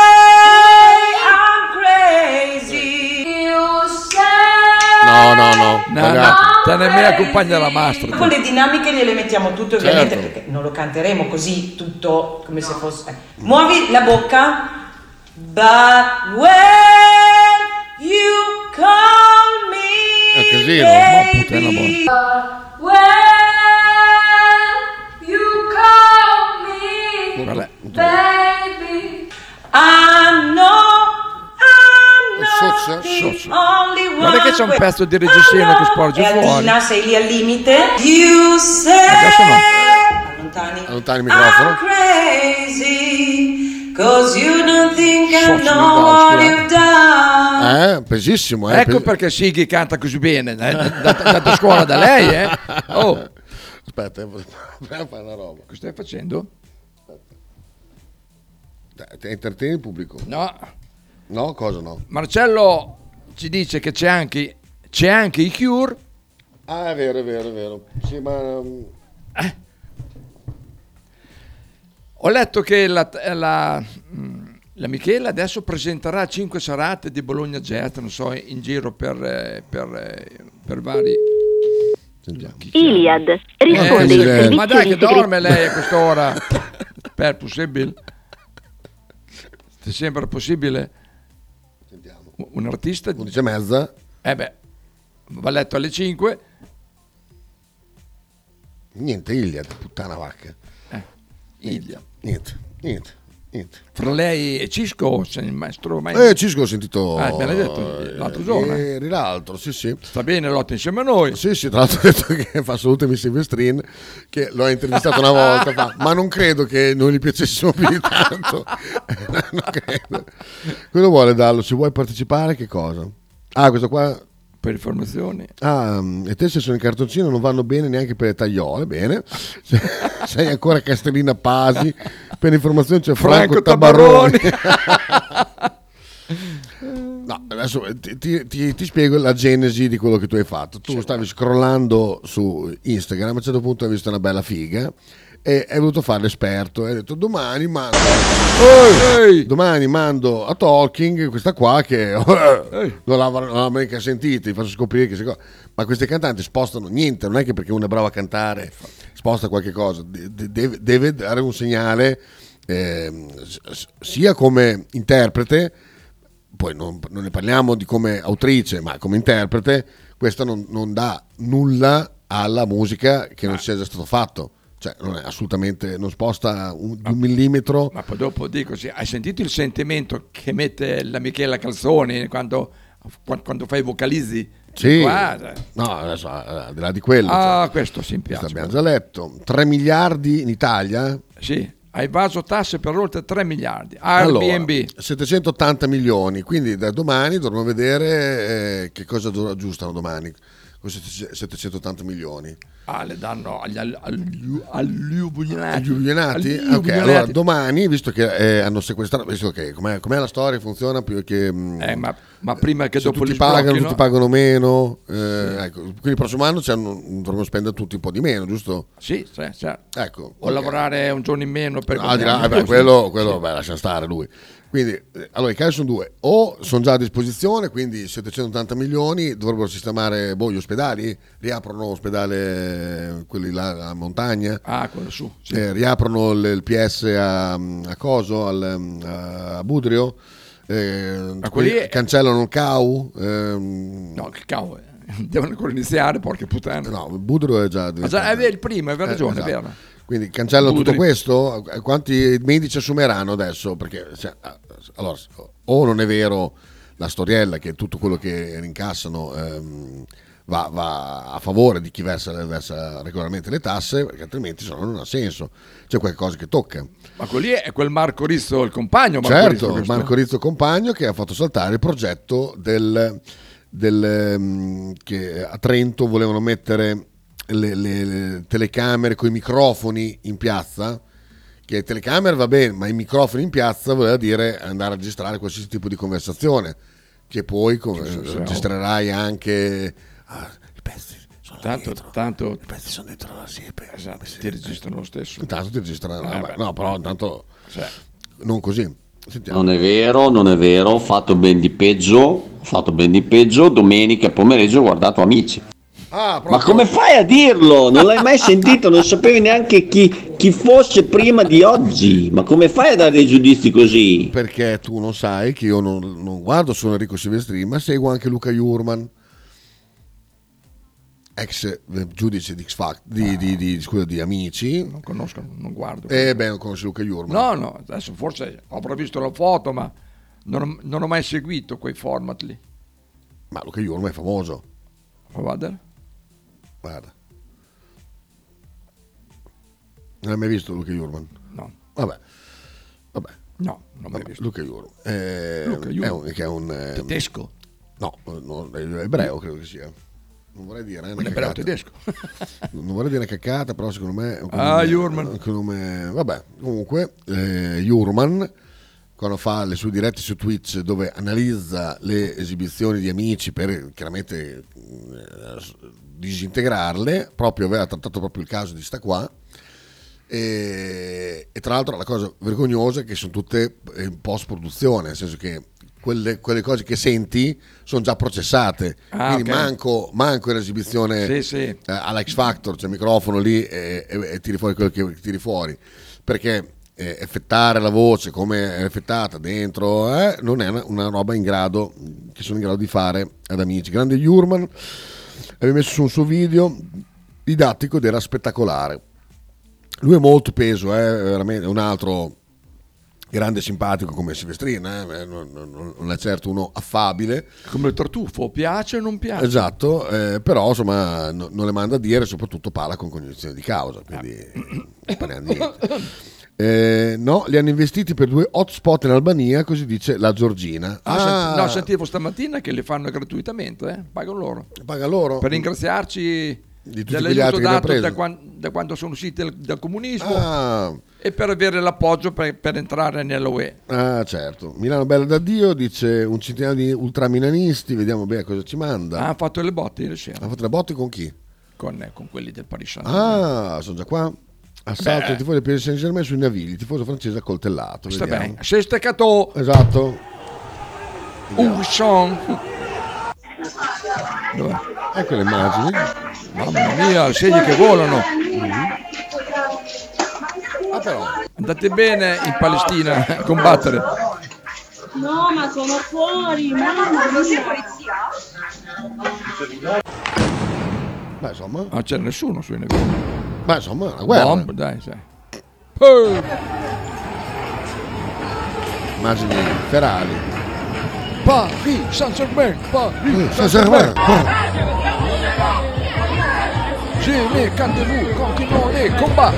I'm crazy. You say. No. Te ne mi accompagna la mastra. Con le dinamiche gliele mettiamo tutte ovviamente, Certo. perché non lo canteremo così tutto come se fosse. Muovi la bocca. But when you call me È un casino. baby, when you call me baby, I know the only one. Guarda che c'è un pezzo di reggiseno che sporge fuori. Adina, sei lì al limite. You say. Adesso no. Allontani il microfono. I'm crazy, 'cause you don't think I know what you've done. Pesissimo. Ecco perché Sighi canta così bene. Da scuola da lei, Oh. Aspetta, dobbiamo fare una roba. Cosa stai facendo? Te intrattieni il pubblico? No, cosa no? Marcello ci dice che c'è anche i Cure. Ah, è vero. Sì, ma... Ho letto che la Michela adesso presenterà 5 serate di Bologna Jazz, non so, in giro per vari... Iliad risponde il servizio ma dai di che dorme lei a quest'ora. Per possibile? Ti sembra possibile? Sentiamo. Un artista 11:30. Va a letto alle 5. Niente, Iliad, puttana vacca. Iliad. Niente. Fra lei e Cisco c'è il maestro mai... Cisco ho sentito me l'hai detto l'altro giorno. Ieri l'altro, sì. Sta bene, lotta insieme a noi. Sì, tra l'altro ha detto che fa salutami Silvestrin, che l'ho intervistato una volta, ma non credo che non gli piacessimo più di tanto. Non credo. Cosa vuole Dallo? Se vuoi partecipare, che cosa? Questo qua... Per informazioni. E te se sono in cartoncino non vanno bene neanche per le tagliole, bene. Sei ancora Castellina Pasi, per informazioni c'è Franco Tabarroni. No, adesso ti spiego la genesi di quello che tu hai fatto. Tu stavi scrollando su Instagram, a un certo punto hai visto una bella figa e hai voluto fare l'esperto e hai detto domani mando a Talking questa qua che non l'ha mica sentita, ti faccio scoprire che ma questi cantanti spostano niente, non è che perché uno è bravo a cantare sposta qualche cosa, deve dare un segnale sia come interprete, poi non ne parliamo di come autrice, ma come interprete questa non dà nulla alla musica che non sia già stato fatto. Cioè, non è assolutamente, non sposta un millimetro. Ma poi dopo dico, hai sentito il sentimento che mette la Michela Calzoni quando fa i vocalizzi? Sì, Guarda. No, adesso al di là di quello. Questo sì, mi piace. Abbiamo già letto. 3 miliardi in Italia? Sì, hai evaso tasse per oltre 3 miliardi. Airbnb. Allora, 780 milioni, quindi da domani dovremo vedere che cosa aggiustano domani. Con 780 milioni. Le danno agli alluvionati. Ok, allora domani, visto che hanno sequestrato, visto che com'è la storia, funziona più che... ma prima che dopo tutti pagano, tutti pagano meno. Ecco, quindi il prossimo anno dovremmo spendere tutti un po' di meno, giusto? Sì, certo. Ecco, o lavorare un giorno in meno per... quello lascia stare lui. Quindi, allora i casi sono due: o sono già a disposizione, quindi 780 milioni, dovrebbero sistemare gli ospedali, riaprono l'ospedale, quelli là a montagna, quello su, sì. Riaprono il PS a Coso, a Budrio, cancellano il CAU. No, il CAU devono ancora iniziare, porca puttana. No, Budro è già È il primo, hai ragione, esatto. è vero. Quindi cancella tutto questo. Quanti medici assumeranno adesso? Perché allora, o non è vero la storiella che tutto quello che rincassano va a favore di chi versa regolarmente le tasse, perché altrimenti non ha senso. C'è qualcosa che tocca. Ma quello lì è quel Marco Rizzo, il compagno. Certo, Marco Rizzo compagno, che ha fatto saltare il progetto che a Trento volevano mettere le telecamere con i microfoni in piazza. Che telecamere va bene, ma i microfoni in piazza voleva dire andare a registrare qualsiasi tipo di conversazione, che poi registrerai anche i pezzi sono tanto i pezzi sono dentro la siepe, esatto, ti registrano lo stesso. Intanto ti registrano, no, però intanto non così. Sentiamo. Non è vero, ho fatto ben di peggio, domenica pomeriggio ho guardato Amici. Ma come fai a dirlo? Non l'hai mai sentito, non sapevi neanche chi fosse prima di oggi. Ma come fai a dare dei giudizi così? Perché tu non sai che io non guardo solo Enrico Silvestrini, ma seguo anche Luca Jurman, ex giudice di X Factor, di Amici. Non conosco, non guardo. Non conosci Luca Jurman? No, adesso forse avrò visto la foto, ma non ho mai seguito quei format lì. Ma Luca Jurman è famoso. Guarda. Non hai mai visto Luca Jurman? No. Vabbè. No, non ho mai visto. Luca Jurman. Che è un tedesco? No, è ebreo credo che sia. Non vorrei dire un ebreo tedesco. Non vorrei dire una caccata, però secondo me Jurman. Vabbè, comunque Jurman, quando fa le sue dirette su Twitch dove analizza le esibizioni di Amici per chiaramente disintegrarle, proprio aveva trattato proprio il caso di sta qua, e tra l'altro la cosa vergognosa è che sono tutte in post produzione, nel senso che quelle cose che senti sono già processate, quindi manco in esibizione alla X Factor c'è il microfono lì e tiri fuori quello che tiri fuori, perché effettare la voce come è effettata dentro non è una roba che sono in grado di fare ad Amici. Grande Jurman aveva messo su un suo video didattico ed era spettacolare. Lui è molto peso, veramente un altro grande simpatico come Silvestrini, non è certo uno affabile come il Tartufo, piace o non piace, esatto, però insomma non le manda a dire, soprattutto parla con cognizione di causa, quindi non parla niente. No, li hanno investiti per 2 hotspot in Albania, così dice la Giorgina. Sentivo stamattina che le fanno gratuitamente, pagano loro. Per ringraziarci dell'aiuto dato da quando sono usciti dal comunismo e per avere l'appoggio per entrare nella UE. Certo. Milano bella da Dio, dice un centinaio di ultramilanisti, vediamo bene cosa ci manda. Ha fatto le botte ieri sera. Ha fatto le botte con chi? Con quelli del Paris Saint-Germain. Sono già qua. Assalto del tifoso del Paris Saint-Germain sui Navigli, il tifoso francese accoltellato. Sta bene. Sei steccato. Esatto. Dov'è? Ecco le immagini. Mamma mia, segni che volano. Però. Andate bene in Palestina a combattere. No, ma sono fuori, mamma mia. Beh, insomma. Non c'era nessuno sui Navigli. Beh, insomma, la guerra. Bomb, dai, sai. Immagini ferali. Paris Saint-Germain, Paris Saint-Germain. Gene, cantez-vous, continuez, combat.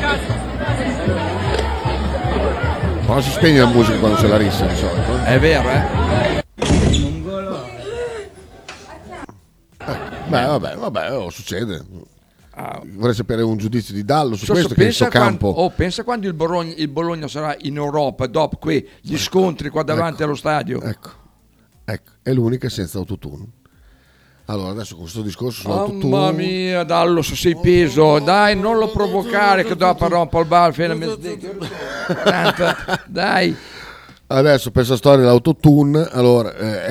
Però si spegne la musica quando c'è la rissa di solito. È vero, Vabbè, succede. Vorrei sapere un giudizio di Dallo su questo, che è il suo campo. Pensa quando il Bologna sarà in Europa dopo gli scontri qua davanti allo stadio. Ecco, è l'unica senza autotune. Allora adesso con questo discorso sull'autotune. Mamma mia, Dallo, sei peso, dai, non lo provocare che dopo rompo il bar fino a mezz'ora. Dai. Adesso per questa storia dell'autotune, allora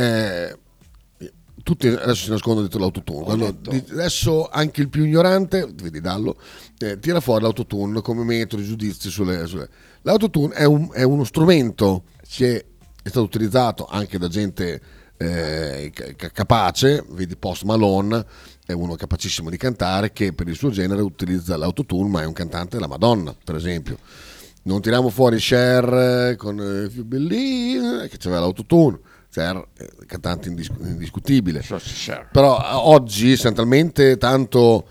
tutti adesso si nascondono dietro l'autotune. Adesso anche il più ignorante, vedi Dallo, tira fuori l'autotune come metodo di giudizio sulle... L'autotune è uno strumento che è stato utilizzato anche da gente capace, vedi Post Malone, è uno capacissimo di cantare che per il suo genere utilizza l'autotune, ma è un cantante della Madonna, per esempio. Non tiriamo fuori Cher con If You Believe, che c'aveva l'autotune. Cher, cantante indiscutibile. Però oggi siamo talmente tanto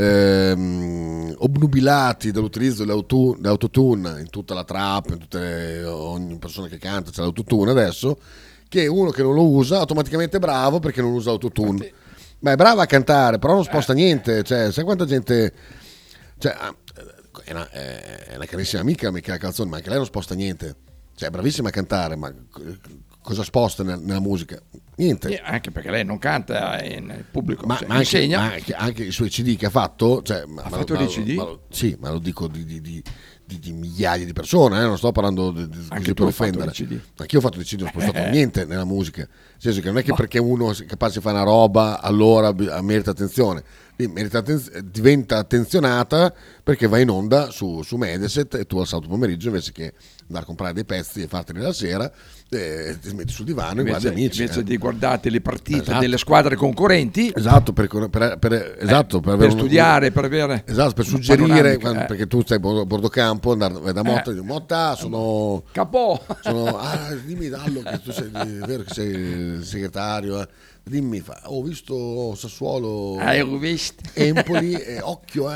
obnubilati dall'utilizzo dell'autotune in tutta la trap, ogni persona che canta c'è l'autotune adesso, che uno che non lo usa automaticamente è bravo perché non usa l'autotune. Ma è brava a cantare, però non sposta niente. Cioè, sai quanta gente... Cioè, è una carissima amica Michela Calzoni, ma anche lei non sposta niente. Cioè, è bravissima a cantare, ma cosa sposta nella musica? Niente. Anche perché lei non canta in pubblico, ma insegna. Ma anche i suoi CD che ha fatto, cioè, ha fatto dei CD? Sì, ma lo dico di migliaia di persone, non sto parlando anche per offendere. Anche io ho fatto dei CD, non ho spostato niente nella musica. Nel senso che non è che perché uno è capace di fare una roba allora merita attenzione. Diventa attenzionata perché va in onda su Mediaset e tu al sabato pomeriggio invece che andare a comprare dei pezzi e farteli la sera ti metti sul divano e guardi Amici invece di guardarti le partite delle squadre concorrenti, per studiare, per suggerire perché tu stai a bordo campo, andare da Motta sono capo, dimmi Dallo che tu sei vero che sei il segretario, dimmi, ho visto Sassuolo, Empoli, occhio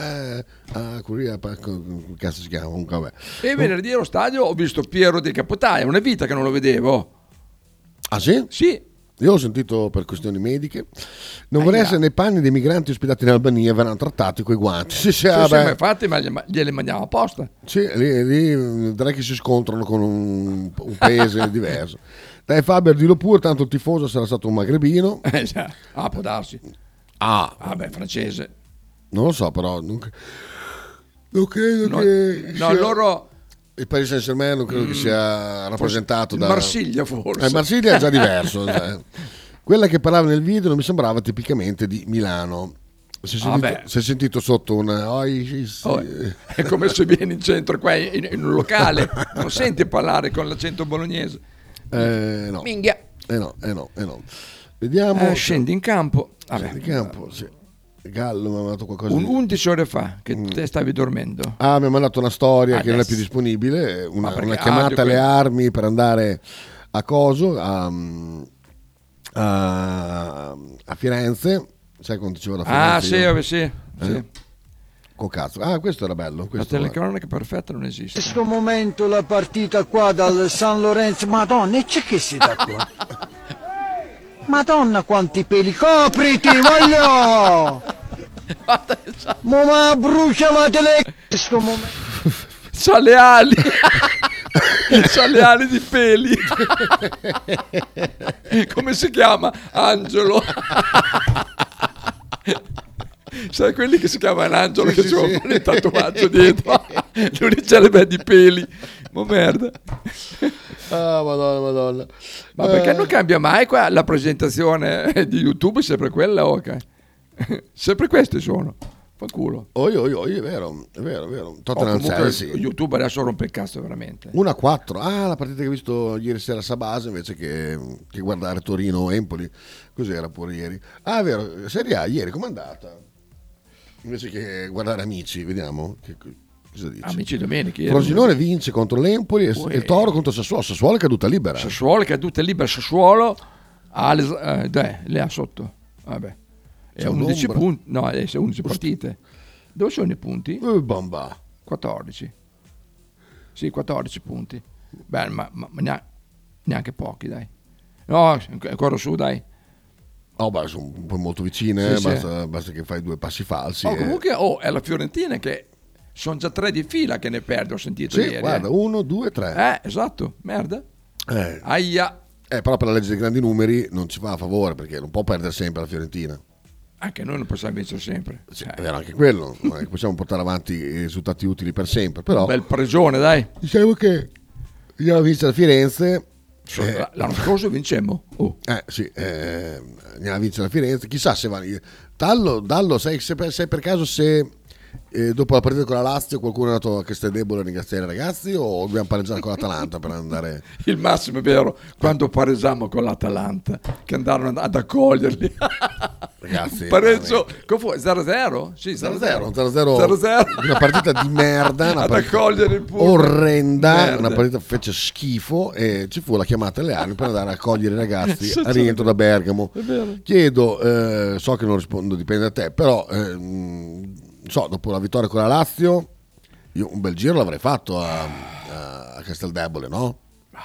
come cazzo si chiama, comunque vabbè. E venerdì allo stadio ho visto Piero di Capotaia, una vita che non lo vedevo. Ah sì? Sì. Io l'ho sentito per questioni mediche. Non vorrei essere nei panni dei migranti ospitati in Albania, verranno trattati coi guanti. Infatti, ma glieli mandiamo apposta. Sì, lì direi che si scontrano con un paese diverso. Dai Faber, dillo pure, tanto il tifoso sarà stato un magrebino. Può darsi. Francese. Non lo so, però non credo che... No, loro... Il Paris Saint-Germain non credo che sia rappresentato da... Marsiglia forse. Marsiglia è già diverso. Quella che parlava nel video non mi sembrava tipicamente di Milano. Si è sentito sotto una... È come se vieni in centro qua in un locale, non senti parlare con l'accento bolognese. No. Minghia. No. Vediamo. Scendi in campo. Scendi in campo, sì. Gallo mi ha mandato qualcosa 11 ore fa che te stavi dormendo. Mi ha mandato una storia che non è più disponibile, una chiamata alle armi per andare a Coso, a Firenze. Sai quando dicevo da Firenze? Sì. Cazzo. Questo era bello. La telecronaca perfetta non esiste. In questo momento la partita qua dal San Lorenzo, Madonna, e c'è che si dà qua? Madonna quanti peli, copriti, voglio! Ma brucia la tele... questo momento. C'ha le ali. C'ha le ali di peli. Come si chiama? Angelo. Sai quelli che si chiamano Angelo che c'è un tatuaggio dietro. Lui c'ha le di peli. Ma merda. Madonna. Ma perché non cambia mai qua la presentazione di YouTube? È sempre quella, ok? Sempre queste sono. Fa culo. È vero. Tottenham Chelsea. YouTube adesso rompe il cazzo veramente. 1-4. La partita che ho visto ieri sera a Sabasa invece che guardare Torino-Empoli. Cos'era pure ieri? È vero, Serie A ieri com'è andata? Invece che guardare Amici, vediamo cosa dice. Amici domenica. Frosinone vince contro l'Empoli e il Toro contro Sassuolo. Sassuolo è caduta libera. Sassuolo le ha sotto. Vabbè. È 11 punti. No, adesso 11 partite. Dove sono i punti? Bomba. 14. Sì, 14 punti. Beh, ma neanche pochi, dai. No, ancora su, dai. Sono un po' molto vicine, sì, basta che fai 2 passi falsi. Comunque, è la Fiorentina che sono già 3 di fila che ne perde, ho sentito ieri. Guarda, 1, 2, 3. Esatto, merda. Aia. Però per la legge dei grandi numeri non ci fa a favore, perché non può perdere sempre la Fiorentina. Anche noi non possiamo vincere sempre. È vero anche quello, non possiamo portare avanti i risultati utili per sempre, però... Un bel pregione, dai. Diciamo che andiamo a vincere a Firenze. L'anno scorso vincemmo. Andiamo a vincere a Firenze. Chissà se va. Dallo sai per caso se dopo la partita con la Lazio qualcuno è andato a Casteldebole a ringraziare i ragazzi o dobbiamo pareggiare con l'Atalanta per andare? Il massimo è vero quando pareggiamo con l'Atalanta che andarono ad accoglierli. Ragazzi, pareggio 0-0? Sì, 0-0. Una partita di merda, una ad partita accogliere il pubblico. orrenda, Merda. una partita fece schifo e ci fu la chiamata alle armi per andare a accogliere i ragazzi a rientro da Bergamo. È vero. Chiedo, so che non rispondo, dipende da te, però dopo la vittoria con la Lazio io un bel giro l'avrei fatto a Casteldebole, no?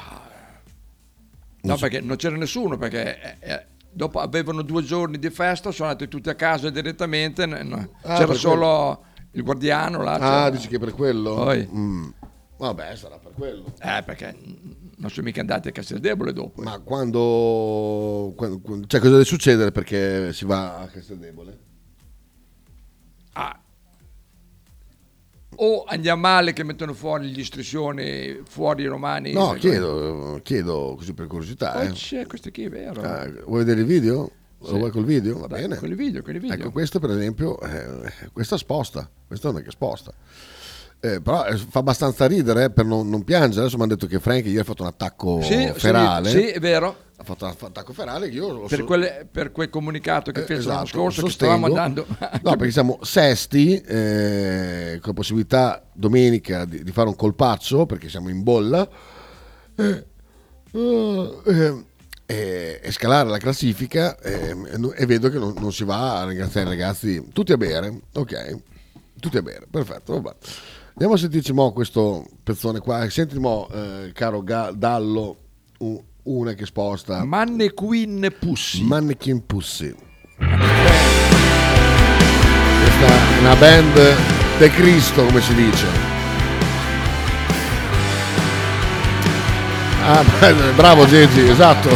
No, perché non c'era nessuno, perché dopo avevano 2 giorni di festa, sono andati tutti a casa direttamente, c'era solo il guardiano là. Dici che per quello? Vabbè, sarà per quello. Perché non sono mica andati a Casteldebole dopo. Ma quando cioè cosa deve succedere perché si va a Casteldebole? O andiamo male che mettono fuori gli striscioni fuori i romani? No, chiedo così per curiosità. C'è questo qui, è vero. Vuoi vedere il video? Sì. Lo vuoi col video? Va bene. Con il video. Ecco, questo per esempio, questa sposta. Questa non è che sposta. Però fa abbastanza ridere per non piangere. Adesso mi hanno detto che Frank ieri ha fatto un attacco ferale. Sì, è vero. Ha fatto un attacco ferale che io per quel comunicato che fece l'anno scorso, sostengo, che stavamo andando. No, perché siamo sesti con la possibilità domenica di fare un colpaccio perché siamo in bolla e scalare la classifica e vedo che non si va a ringraziare i ragazzi tutti a bere. Ok, tutti a bere, perfetto, vabbè. Andiamo a sentirci questo pezzone qua. Senti caro Dallo, una che sposta Mannequin Pussy. Questa è una band de Cristo, come si dice. Bravo Gigi, esatto.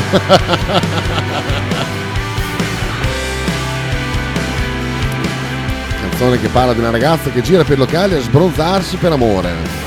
Canzone che parla di una ragazza che gira per locali a sbronzarsi per amore.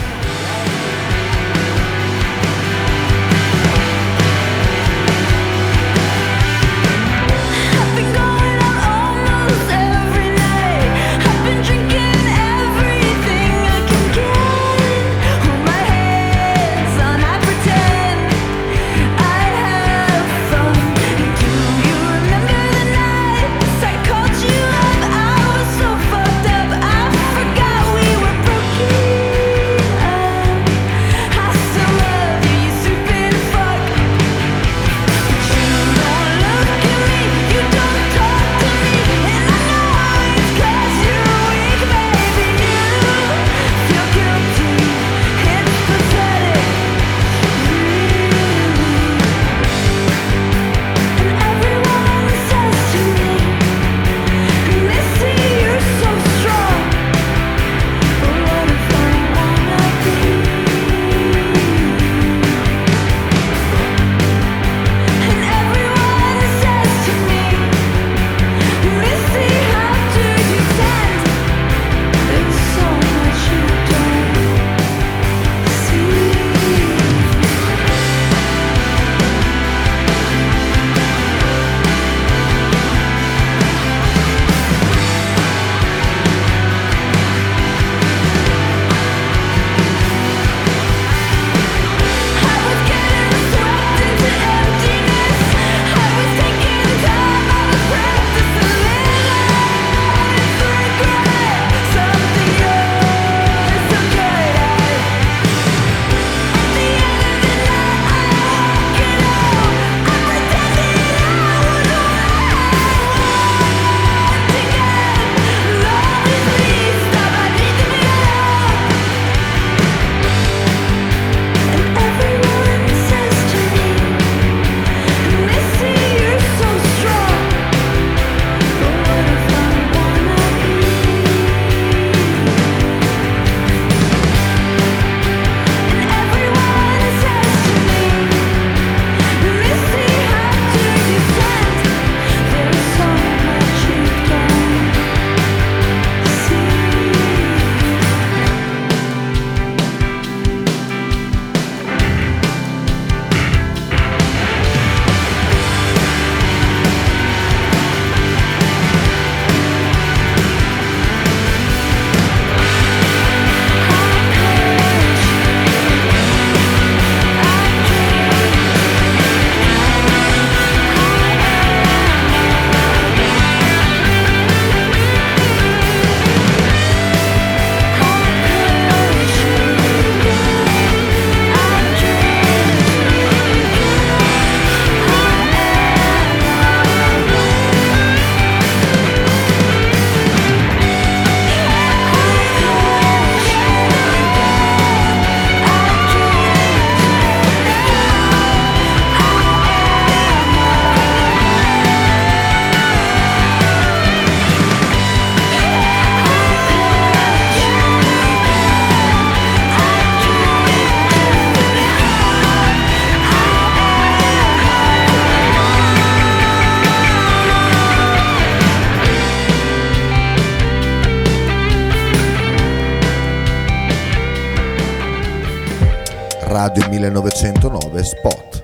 Radio 1909 Spot.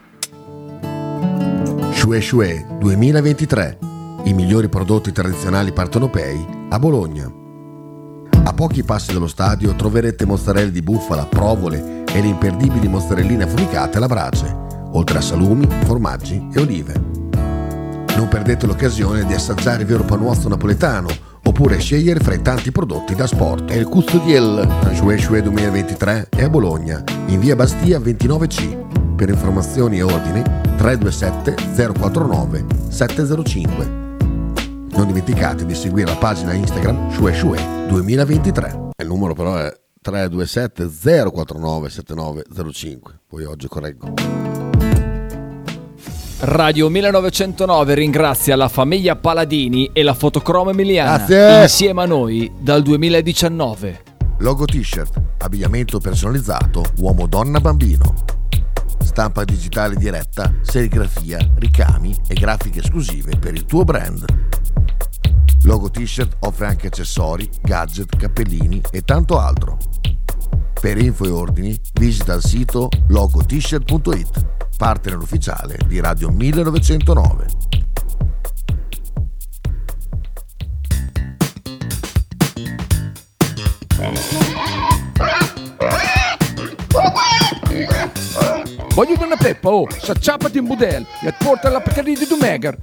Shue Shue 2023. I migliori prodotti tradizionali partenopei a Bologna. A pochi passi dallo stadio troverete mozzarella di bufala, provole e le imperdibili mozzarelline affumicate alla brace, oltre a salumi, formaggi e olive. Non perdete l'occasione di assaggiare il vero panuozzo napoletano oppure scegliere fra i tanti prodotti da sport. È il custodiel Shue Shue 2023 è a Bologna, in via Bastia 29C. Per informazioni e ordini 327 049 705. Non dimenticate di seguire la pagina Instagram Shue Shue 2023. Il numero però è 327 049 7905. Poi oggi correggo. Radio 1909 ringrazia la famiglia Paladini e la Fotocromo Emiliana. Grazie. Insieme a noi dal 2019. Logo t-shirt, abbigliamento personalizzato, uomo, donna, bambino. Stampa digitale diretta, serigrafia, ricami e grafiche esclusive per il tuo brand. Logo t-shirt offre anche accessori, gadget, cappellini e tanto altro. Per info e ordini visita il sito logotshirt.it, partner ufficiale di Radio 1909. Voglio una peppa, s'acciappati in budel e porta la Pcaridi di Dumegar.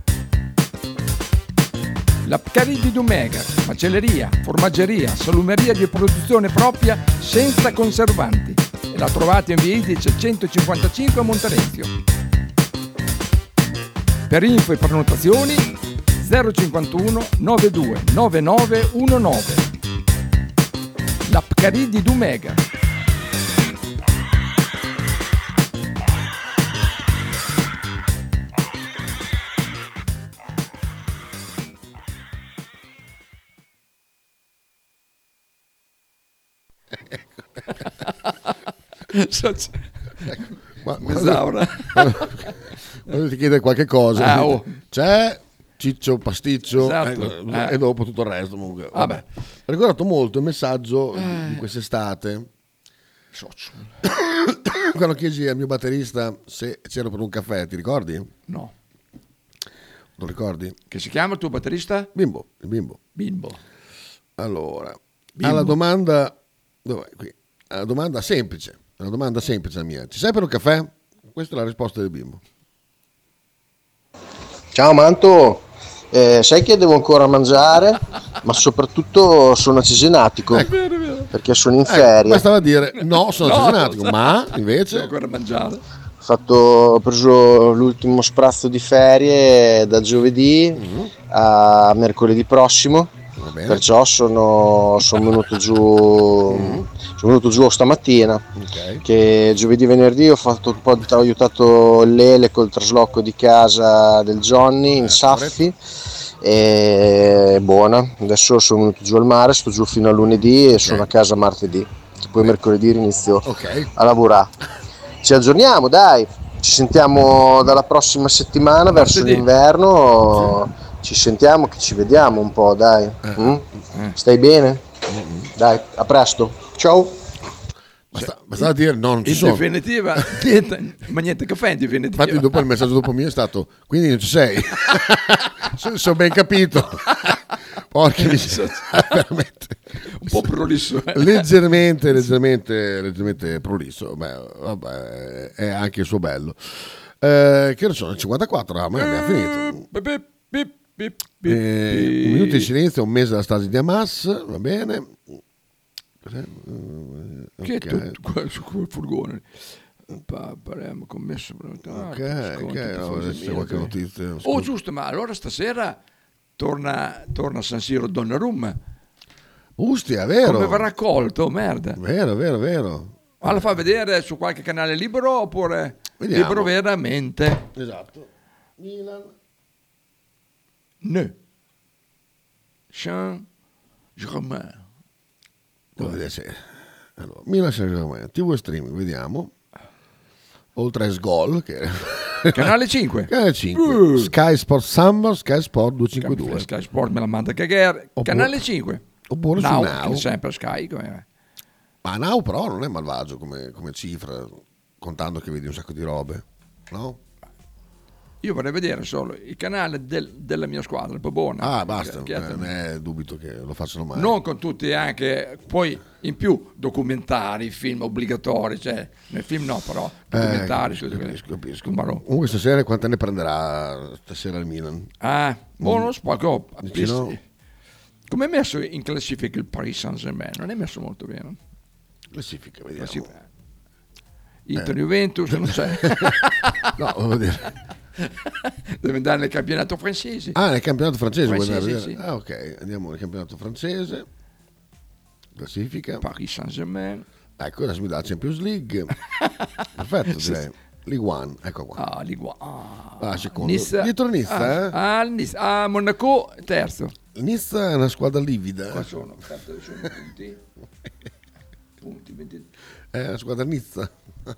La Pcaridi di Dumegar, macelleria, formaggeria, salumeria di produzione propria senza conservanti. E la trovate in via Idice 155 a Monterezio. Per info e prenotazioni 051 92 9919. La Pcaridi di Dumegar. Quando ti chiede qualche cosa c'è ciccio, pasticcio, esatto. E dopo tutto il resto comunque. Vabbè. Ho ricordato molto il messaggio di quest'estate quando chiesi al mio batterista se c'era per un caffè, ti ricordi? No. Lo ricordi? Che si chiama il tuo batterista? Bimbo, il Bimbo. Allora, alla domanda dov'è qui? Una domanda semplice la mia. Ci sei per un caffè? Questa è la risposta del Bimbo. Ciao Manto, sai che devo ancora mangiare, ma soprattutto sono cesenatico, perché sono in ferie. Bastava dire no, sono cesenatico, ma invece devo ancora mangiare. Ho preso l'ultimo sprazzo di ferie da giovedì a mercoledì prossimo. Perciò sono venuto giù stamattina, che giovedì venerdì ho aiutato Lele col trasloco di casa del Johnny in Saffi, e buona, adesso sono venuto giù al mare, sto giù fino a lunedì e sono a casa martedì, poi mercoledì inizio a lavorare. Ci aggiorniamo, dai, ci sentiamo dalla prossima settimana verso l'inverno. Ci sentiamo, che ci vediamo un po', dai. Stai bene? Dai, a presto. Ciao. Basta dire no, non ci sono. In definitiva, niente caffè in definitiva. Infatti dopo il messaggio dopo mio è stato, quindi non ci sei. Se ho ben capito. Porca miseria, veramente. Un po' prolisso. Leggermente prolisso. Beh, vabbè, è anche il suo bello. Che ore sono? 54, ma abbiamo finito. Un minuto di silenzio, un mese dalla strage di Hamas, va bene. Che è tutto su quel furgone? Parliamo commesso. Qualche notizia. Giusto, ma allora stasera torna a San Siro Donnarumma. Ustia, vero? Come verrà accolto, merda. Vero. Ma la fa vedere su qualche canale libero oppure vediamo. Libero veramente? Esatto. Milan. Ne. Saint-Germain. Allora, Milan Saint-Germain, TV streaming, vediamo. Oltre a Sgol, che Canale 5. Canale 5. Sky Sport Summer, Sky Sport 252. Sky Sport me la manda cagare. Canale 5. Oppure su Now. Sempre Sky. Ma Now però non è malvagio come cifra, contando che vedi un sacco di robe, no? Io vorrei vedere solo il canale della mia squadra, il Bobona. Basta, non è dubito che lo facciano mai. Non con tutti anche, poi in più documentari, film obbligatori, cioè nel film no però, documentari. Capisco. Comunque stasera quante ne prenderà stasera il Milan? Non so, no? come è messo in classifica il Paris Saint-Germain? Non è messo molto bene. Classifica, vediamo. Inter Juventus non c'è. No, volevo dire. Deve andare nel campionato francese. Nel campionato francese vuoi andare a vedere? Sì. Ok, andiamo nel campionato francese. Classifica. Paris Saint-Germain. Ecco, adesso mi dà la Champions League. Perfetto, direi. Ligue 1, ecco qua. Ligue 1. Secondo. Nizza. Dietro Nizza, Nizza. Monaco, terzo. Nizza è una squadra livida. Qua sono punti. Punti 20. È una squadra Nizza.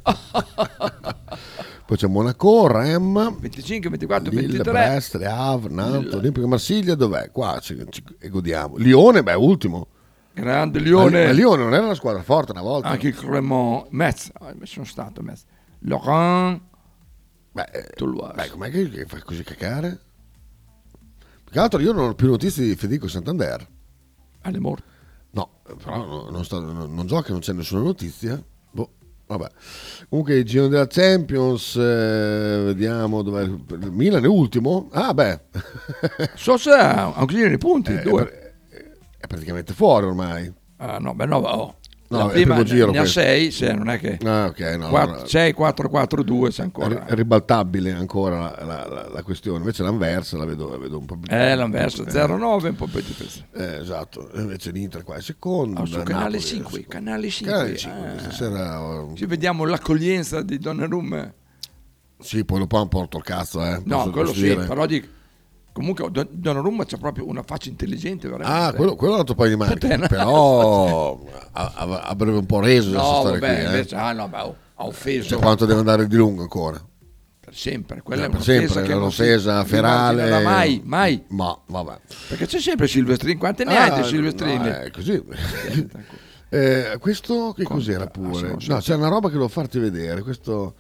Poi c'è Monaco, Rennes 25, 24, Lille, 23 Brest, Le Havre, Nantes, Olimpico Marsiglia, dov'è? Qua e godiamo. Lione, ultimo. Grande Lione. Ma Lione non era una squadra forte una volta. Anche il Clermont, Metz, sono stato a Metz. Laurent, Toulouse. Com'è che fa così cacare? Più che altro io non ho più notizie di Federico Santander. Alle morte? No, però non gioca, non c'è nessuna notizia. Vabbè. Comunque il giro della Champions, vediamo dov'è il Milan è ultimo. Sosa ha un giro di punti, 2. È praticamente fuori ormai. La prima ne ha 6, non è che 6, 4, 4, 2 c'è ancora. È ribaltabile ancora la questione. Invece l'Anversa la vedo un po' più l'Anversa 0-9 un po' più difficile. Esatto. Invece l'Inter qua è secondo. Su canale 5, canale 5. Stasera ci vediamo l'accoglienza di Donnarumma. Sì, poi lo un po' il cazzo, No, quello sì, però dico. Comunque Donnarumma c'ha proprio una faccia intelligente veramente. Quello è un altro paio di maniche. Però avrebbe un po' reso stare qui. Invece, ha offeso. Cioè, quanto deve andare di lungo ancora? Per sempre. Quella è un'offesa che un'offesa ferale. Mai. Ma vabbè. Perché c'è sempre Silvestrini. Quante ne hai di Silvestrini? È così. Questo che cos'era pure? C'è una roba che devo farti vedere. Questo.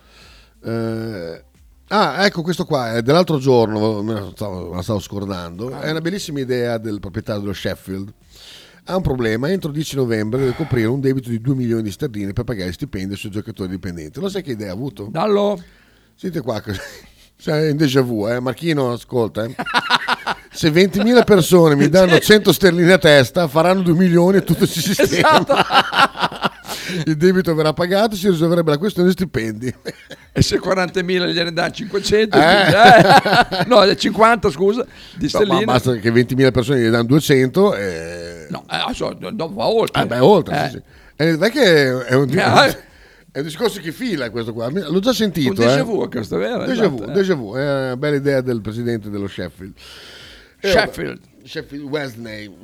Ecco, questo qua è dell'altro giorno, me la stavo scordando. È una bellissima idea del proprietario dello Sheffield. Ha un problema: entro 10 novembre deve coprire un debito di 2 milioni di sterline per pagare stipendi ai suoi giocatori dipendenti. Lo sai che idea ha avuto? Dallo. Senti qua, è in déjà vu, Marchino, ascolta. Se 20.000 persone mi danno 100 sterline a testa, faranno 2 milioni e tutto si sistema. Esatto. Il debito verrà pagato, si risolverebbe la questione dei stipendi. E se 40.000 gliene danno 500? No, 50 scusa di stelline. Ma basta che 20.000 persone gli danno 200 no, va oltre. Oltre, sì. Non è che è un discorso che fila questo qua. L'ho già sentito. Un déjà vu, questo è vero. Déjà vu, è una bella idea del presidente dello Sheffield. Sheffield Wednesday.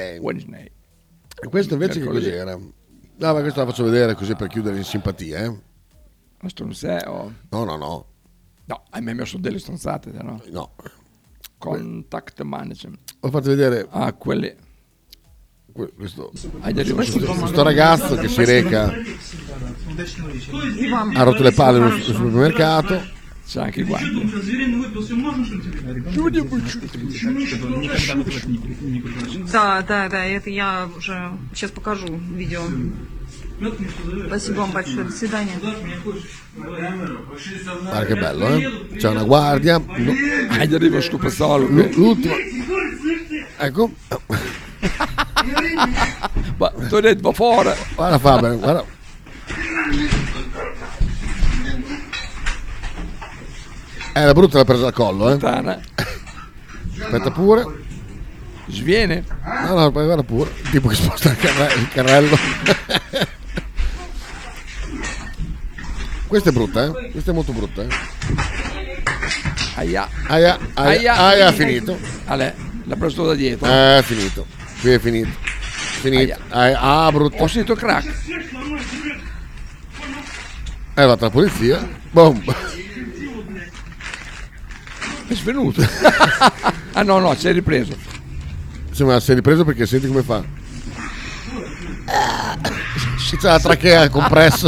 E questo invece che cos'era? Ma questo la faccio vedere così per chiudere in simpatia. Una stronzata? No. No, hai mai messo delle stronzate, no? No. Contact management. Ho fatto vedere. Quelli. Questo ragazzo che si reca ha rotto le palle nel supermercato. C'è anche i guanti. Да, это я уже сейчас покажу видео. Спасибо вам большое, до свидания. Guarda che bello, c'è una guardia. Gli arriva sto pastolo. L'ultimo. Ecco. Ma tu hai detto fuori. Guarda Faber, guarda. La brutta l'ha presa al collo, Aspetta pure. Sviene? No, guarda pure. Il tipo che sposta il carrello. Questa è brutta, Questa è molto brutta, Aia, finito. L'ha preso da dietro. Finito. Qui è finito. Brutto. Ho sentito crack. È arrivata la polizia. Boom. È svenuto. No, si è ripreso. Sì, ma si è ripreso perché senti come fa. c'è la trachea compressa.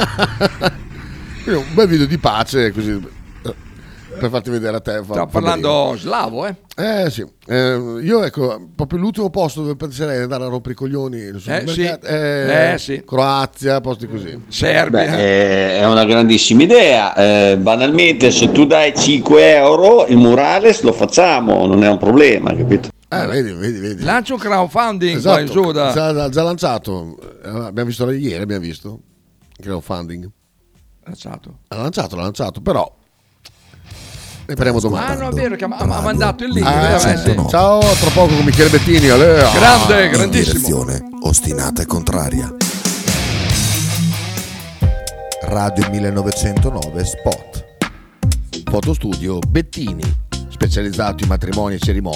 Un bel video di pace così per farti vedere a te. Sto parlando slavo, sì. Io ecco, proprio l'ultimo posto dove penserei di andare a rompere i coglioni sì. Croazia, posti così. Serbia. È una grandissima idea. Banalmente, se tu dai 5 euro il murales lo facciamo, non è un problema, capito? Vedi. Lancio un crowdfunding, esatto, già lanciato. Abbiamo visto ieri, crowdfunding. Ha lanciato, però ne parliamo domani. No, è vero che ha mandato il link. Ciao, tra poco con Michele Bettini. Grande, grandissimo. Direzione ostinata e contraria. Radio 1909 Spot. Fotostudio Bettini, specializzato in matrimoni e cerimonie.